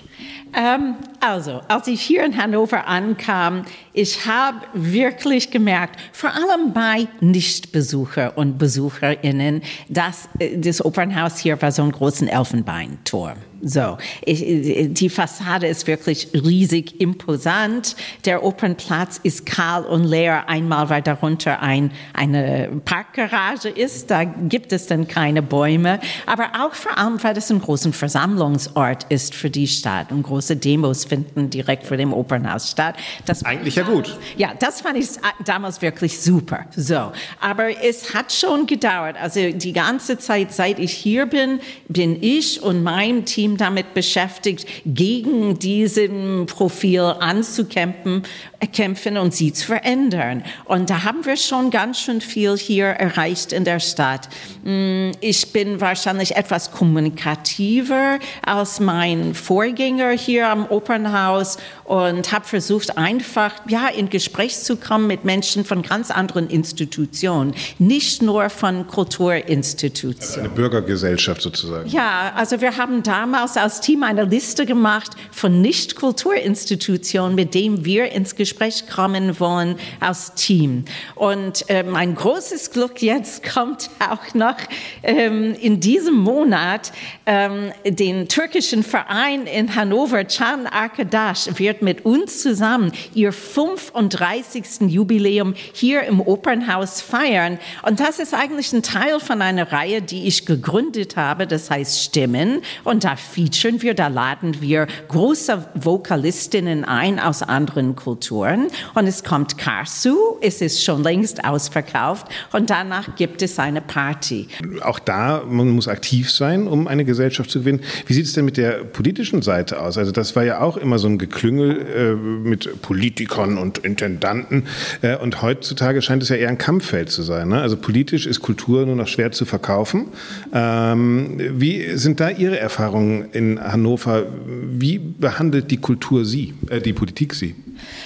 Also, als ich hier in Hannover ankam, ich habe wirklich gemerkt, vor allem bei Nichtbesucher und BesucherInnen, dass das Opernhaus hier war so ein großen Elfenbeinturm. So, die Fassade ist wirklich riesig imposant. Der Opernplatz ist kahl und leer. Einmal, weil darunter eine Parkgarage ist. Da gibt es dann keine Bäume. Aber auch vor allem, weil das ein großer Versammlungsort ist für die Stadt. Und große Demos finden direkt vor dem Opernhaus statt. Das eigentlich ja gut. Ja, das fand ich damals wirklich super. So, aber es hat schon gedauert. Also die ganze Zeit, seit ich hier bin ich und mein Team damit beschäftigt, gegen diesen Profil anzukämpfen und sie zu verändern. Und da haben wir schon ganz schön viel hier erreicht in der Stadt. Ich bin wahrscheinlich etwas kommunikativer als mein Vorgänger hier am Opernhaus und habe versucht, einfach in Gespräch zu kommen mit Menschen von ganz anderen Institutionen, nicht nur von Kulturinstitutionen. Also eine Bürgergesellschaft sozusagen. Ja, also wir haben damals als Team eine Liste gemacht von Nicht-Kulturinstitutionen, mit denen wir ins Gespräch kommen wollen als Team. Und mein großes Glück jetzt kommt auch noch in diesem Monat den türkischen Verein in Hannover, Can Arkadaş, wird mit uns zusammen ihr 35. Jubiläum hier im Opernhaus feiern. Und das ist eigentlich ein Teil von einer Reihe, die ich gegründet habe, das heißt Stimmen. Und da da laden wir große Vokalistinnen ein aus anderen Kulturen. Und es kommt Karsu, es ist schon längst ausverkauft. Und danach gibt es eine Party. Auch da, man muss aktiv sein, um eine Gesellschaft zu gewinnen. Wie sieht es denn mit der politischen Seite aus? Also das war ja auch immer so ein Geklüngel mit Politikern und Intendanten. Und heutzutage scheint es ja eher ein Kampffeld zu sein. Ne? Also politisch ist Kultur nur noch schwer zu verkaufen. Wie sind da Ihre Erfahrungen in Hannover? Wie behandelt die Kultur Sie, die Politik Sie?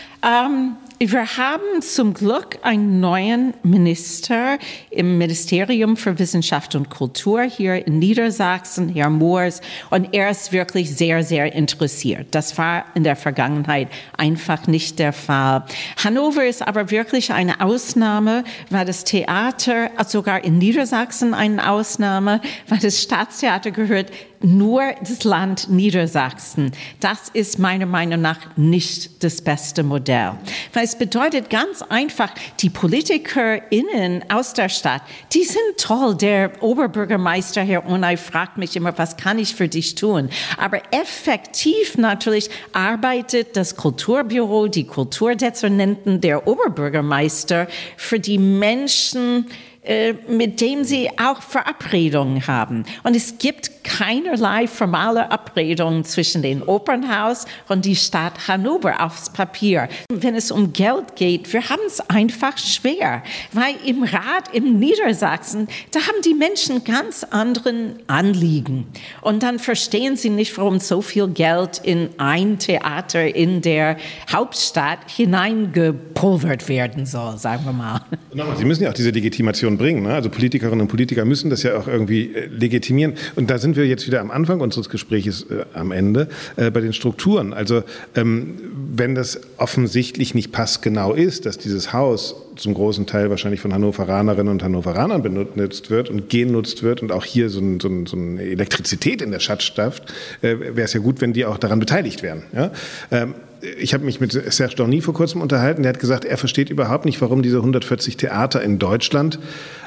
Wir haben zum Glück einen neuen Minister im Ministerium für Wissenschaft und Kultur hier in Niedersachsen, Herr Moors, und er ist wirklich sehr, sehr interessiert. Das war in der Vergangenheit einfach nicht der Fall. Hannover ist aber wirklich eine Ausnahme, weil das Theater, sogar in Niedersachsen eine Ausnahme, weil das Staatstheater gehört nur das Land Niedersachsen. Das ist meiner Meinung nach nicht das beste Modell. Weil es bedeutet ganz einfach, die PolitikerInnen aus der Stadt, die sind toll. Der Oberbürgermeister, Herr Onay, fragt mich immer, was kann ich für dich tun? Aber effektiv natürlich arbeitet das Kulturbüro, die Kulturdezernenten, der Oberbürgermeister für die Menschen, mit dem sie auch Verabredungen haben. Und es gibt keinerlei formale Verabredungen zwischen dem Opernhaus und die Stadt Hannover aufs Papier. Wenn es um Geld geht, wir haben es einfach schwer, weil im Rat in Niedersachsen, da haben die Menschen ganz anderen Anliegen. Und dann verstehen sie nicht, warum so viel Geld in ein Theater in der Hauptstadt hineingepulvert werden soll, sagen wir mal. Sie müssen ja auch diese Legitimation bringen. Ne? Also Politikerinnen und Politiker müssen das ja auch irgendwie legitimieren. Und da sind wir jetzt wieder am Anfang unseres Gesprächs am Ende bei den Strukturen. Also wenn das offensichtlich nicht passgenau ist, dass dieses Haus zum großen Teil wahrscheinlich von Hannoveranerinnen und Hannoveranern benutzt wird und genutzt wird und auch hier so eine Elektrizität in der Stadt schafft, wäre es ja gut, wenn die auch daran beteiligt wären. Ja? Ich habe mich mit Serge Dorny vor kurzem unterhalten, der hat gesagt, er versteht überhaupt nicht, warum diese 140 Theater in Deutschland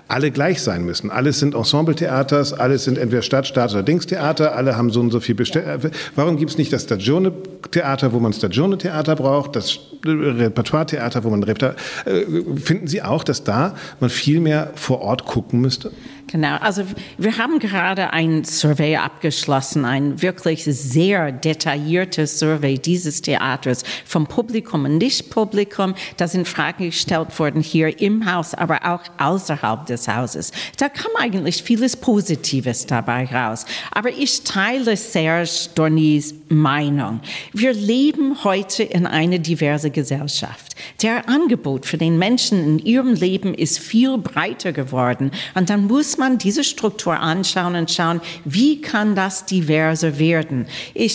alle gleich sein müssen. Alles sind Ensembletheaters, alles sind entweder Stadt oder Dingstheater, alle haben so und so viel Warum gibt es nicht das Stagione-Theater, wo man Stagione-Theater braucht, das Repertoire-Theater, wo man finden Sie auch, dass da man viel mehr vor Ort gucken müsste? Genau, also wir haben gerade ein Survey abgeschlossen, ein wirklich sehr detailliertes Survey dieses Theaters vom Publikum und Nicht-Publikum. Da sind Fragen gestellt worden hier im Haus, aber auch außerhalb des Hauses. Da kam eigentlich vieles Positives dabei raus. Aber ich teile Serge Dornys Meinung. Wir leben heute in einer diversen Gesellschaft. Der Angebot für den Menschen in ihrem Leben ist viel breiter geworden. Und dann muss man diese Struktur anschauen und schauen, wie kann das diverser werden.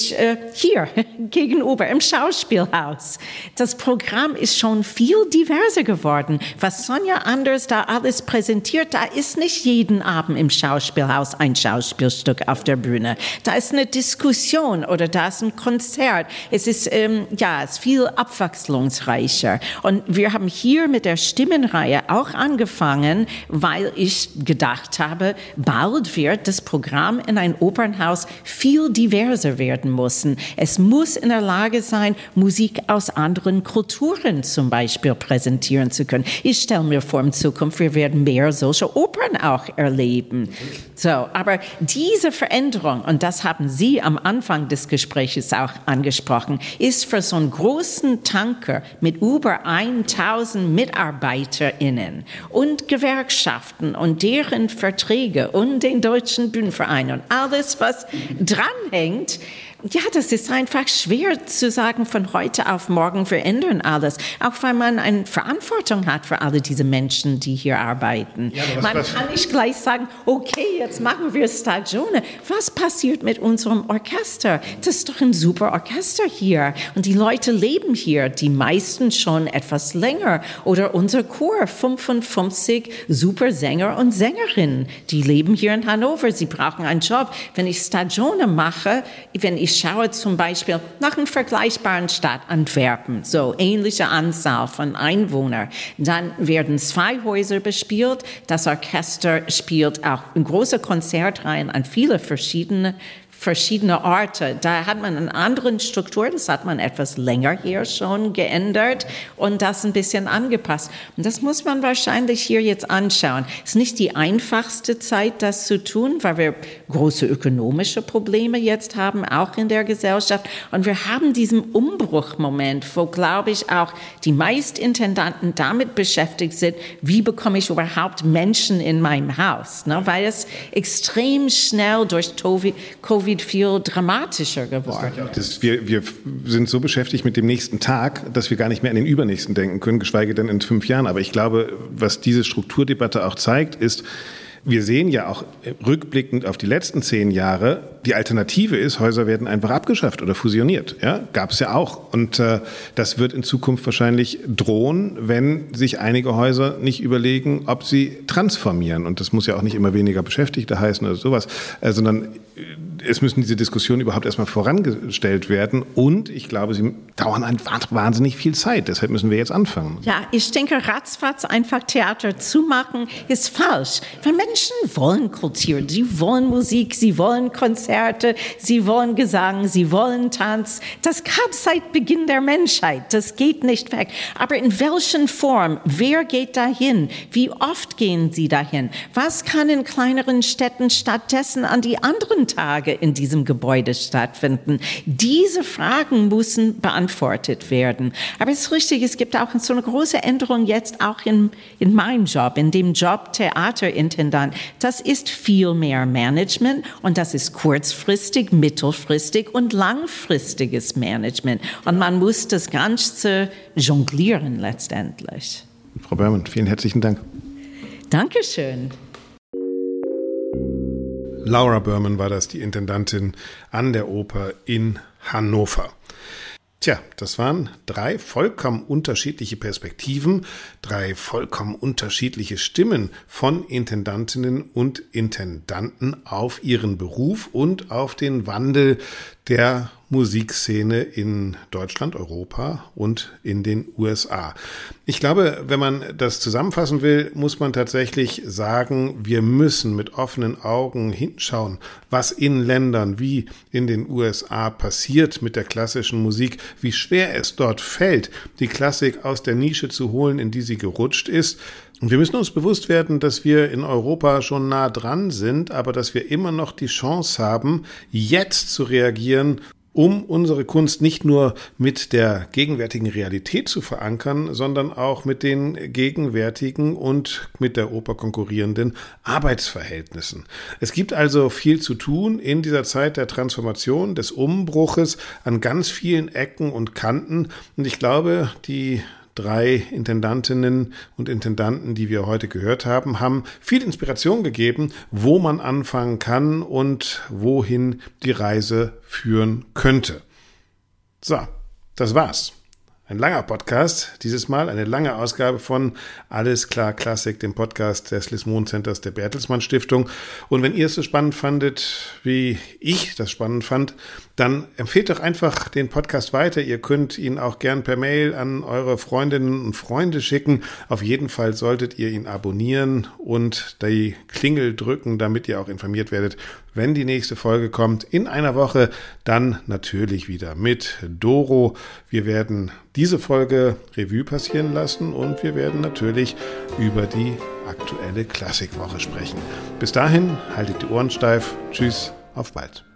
Hier gegenüber im Schauspielhaus, das Programm ist schon viel diverser geworden. Was Sonja Anders da alles präsentiert, da ist nicht jeden Abend im Schauspielhaus ein Schauspielstück auf der Bühne. Da ist eine Diskussion oder da ist ein Konzert. Es ist viel abwechslungsreicher. Und wir haben hier mit der Stimmenreihe auch angefangen, weil ich gedacht habe, bald wird das Programm in ein Opernhaus viel diverser werden müssen. Es muss in der Lage sein, Musik aus anderen Kulturen zum Beispiel präsentieren zu können. Ich stelle mir vor, in Zukunft, wir werden mehr solche Opern auch erleben. So, aber diese Veränderung, und das haben Sie am Anfang des Gesprächs auch angesprochen, ist für so einen großen Tanker mit über 1000 MitarbeiterInnen und Gewerkschaften und deren Verträge und den Deutschen Bühnenverein und alles, was dranhängt. Ja, das ist einfach schwer zu sagen, von heute auf morgen, wir ändern alles. Auch weil man eine Verantwortung hat für alle diese Menschen, die hier arbeiten. Ja, man kann nicht gleich sagen, okay, jetzt machen wir Stagione. Was passiert mit unserem Orchester? Das ist doch ein super Orchester hier. Und die Leute leben hier, die meisten schon etwas länger. Oder unser Chor, 55 super Sänger und Sängerinnen, die leben hier in Hannover. Sie brauchen einen Job. Wenn ich Stagione mache, wenn ich schaue zum Beispiel nach einer vergleichbaren Stadt, Antwerpen, so ähnliche Anzahl von Einwohnern, dann werden 2 Häuser bespielt. Das Orchester spielt auch in große Konzertreihen an viele verschiedene Orte. Da hat man eine andere Struktur, das hat man etwas länger hier schon geändert und das ein bisschen angepasst. Und das muss man wahrscheinlich hier jetzt anschauen. Es ist nicht die einfachste Zeit, das zu tun, weil wir große ökonomische Probleme jetzt haben, auch in der Gesellschaft. Und wir haben diesen Umbruchmoment, wo, glaube ich, auch die meisten Intendanten damit beschäftigt sind, wie bekomme ich überhaupt Menschen in meinem Haus? Ne? Weil es extrem schnell durch Covid viel dramatischer geworden. Wir sind so beschäftigt mit dem nächsten Tag, dass wir gar nicht mehr an den übernächsten denken können, geschweige denn in 5 Jahren. Aber ich glaube, was diese Strukturdebatte auch zeigt, ist, wir sehen ja auch rückblickend auf die letzten 10 Jahre, die Alternative ist, Häuser werden einfach abgeschafft oder fusioniert. Ja? Gab es ja auch. Und das wird in Zukunft wahrscheinlich drohen, wenn sich einige Häuser nicht überlegen, ob sie transformieren. Und das muss ja auch nicht immer weniger Beschäftigte heißen oder sowas, sondern es müssen diese Diskussionen überhaupt erstmal vorangestellt werden. Und ich glaube, sie dauern einfach wahnsinnig viel Zeit. Deshalb müssen wir jetzt anfangen. Ja, ich denke, ratzfatz einfach Theater zu machen, ist falsch. Weil Menschen wollen Kultur, sie wollen Musik, sie wollen Konzerte, sie wollen Gesang, sie wollen Tanz. Das gab es seit Beginn der Menschheit. Das geht nicht weg. Aber in welchen Form? Wer geht dahin? Wie oft gehen sie dahin? Was kann in kleineren Städten stattdessen an die anderen Tage in diesem Gebäude stattfinden? Diese Fragen müssen beantwortet werden. Aber es ist richtig, es gibt auch so eine große Änderung jetzt auch in meinem Job, in dem Job Theaterintendant. Das ist viel mehr Management und das ist kurzfristig, mittelfristig und langfristiges Management. Und man muss das Ganze jonglieren letztendlich. Frau Börmann, vielen herzlichen Dank. Dankeschön. Laura Börmann war das, die Intendantin an der Oper in Hannover. Tja, das waren 3 vollkommen unterschiedliche Perspektiven, 3 vollkommen unterschiedliche Stimmen von Intendantinnen und Intendanten auf ihren Beruf und auf den Wandel der Musikszene in Deutschland, Europa und in den USA. Ich glaube, wenn man das zusammenfassen will, muss man tatsächlich sagen, wir müssen mit offenen Augen hinschauen, was in Ländern wie in den USA passiert mit der klassischen Musik, wie schwer es dort fällt, die Klassik aus der Nische zu holen, in die sie gerutscht ist. Und wir müssen uns bewusst werden, dass wir in Europa schon nah dran sind, aber dass wir immer noch die Chance haben, jetzt zu reagieren, um unsere Kunst nicht nur mit der gegenwärtigen Realität zu verankern, sondern auch mit den gegenwärtigen und mit der Oper konkurrierenden Arbeitsverhältnissen. Es gibt also viel zu tun in dieser Zeit der Transformation, des Umbruches an ganz vielen Ecken und Kanten. Und ich glaube, die 3 Intendantinnen und Intendanten, die wir heute gehört haben, haben viel Inspiration gegeben, wo man anfangen kann und wohin die Reise führen könnte. So, das war's. Ein langer Podcast, dieses Mal eine lange Ausgabe von Alles klar Klassik, dem Podcast des Lismon Centers der Bertelsmann Stiftung. Und wenn ihr es so spannend fandet, wie ich das spannend fand, dann empfehlt doch einfach den Podcast weiter. Ihr könnt ihn auch gern per Mail an eure Freundinnen und Freunde schicken. Auf jeden Fall solltet ihr ihn abonnieren und die Klingel drücken, damit ihr auch informiert werdet, wenn die nächste Folge kommt. In einer Woche dann natürlich wieder mit Doro. Wir werden diese Folge Revue passieren lassen und wir werden natürlich über die aktuelle Klassikwoche sprechen. Bis dahin, haltet die Ohren steif. Tschüss, auf bald.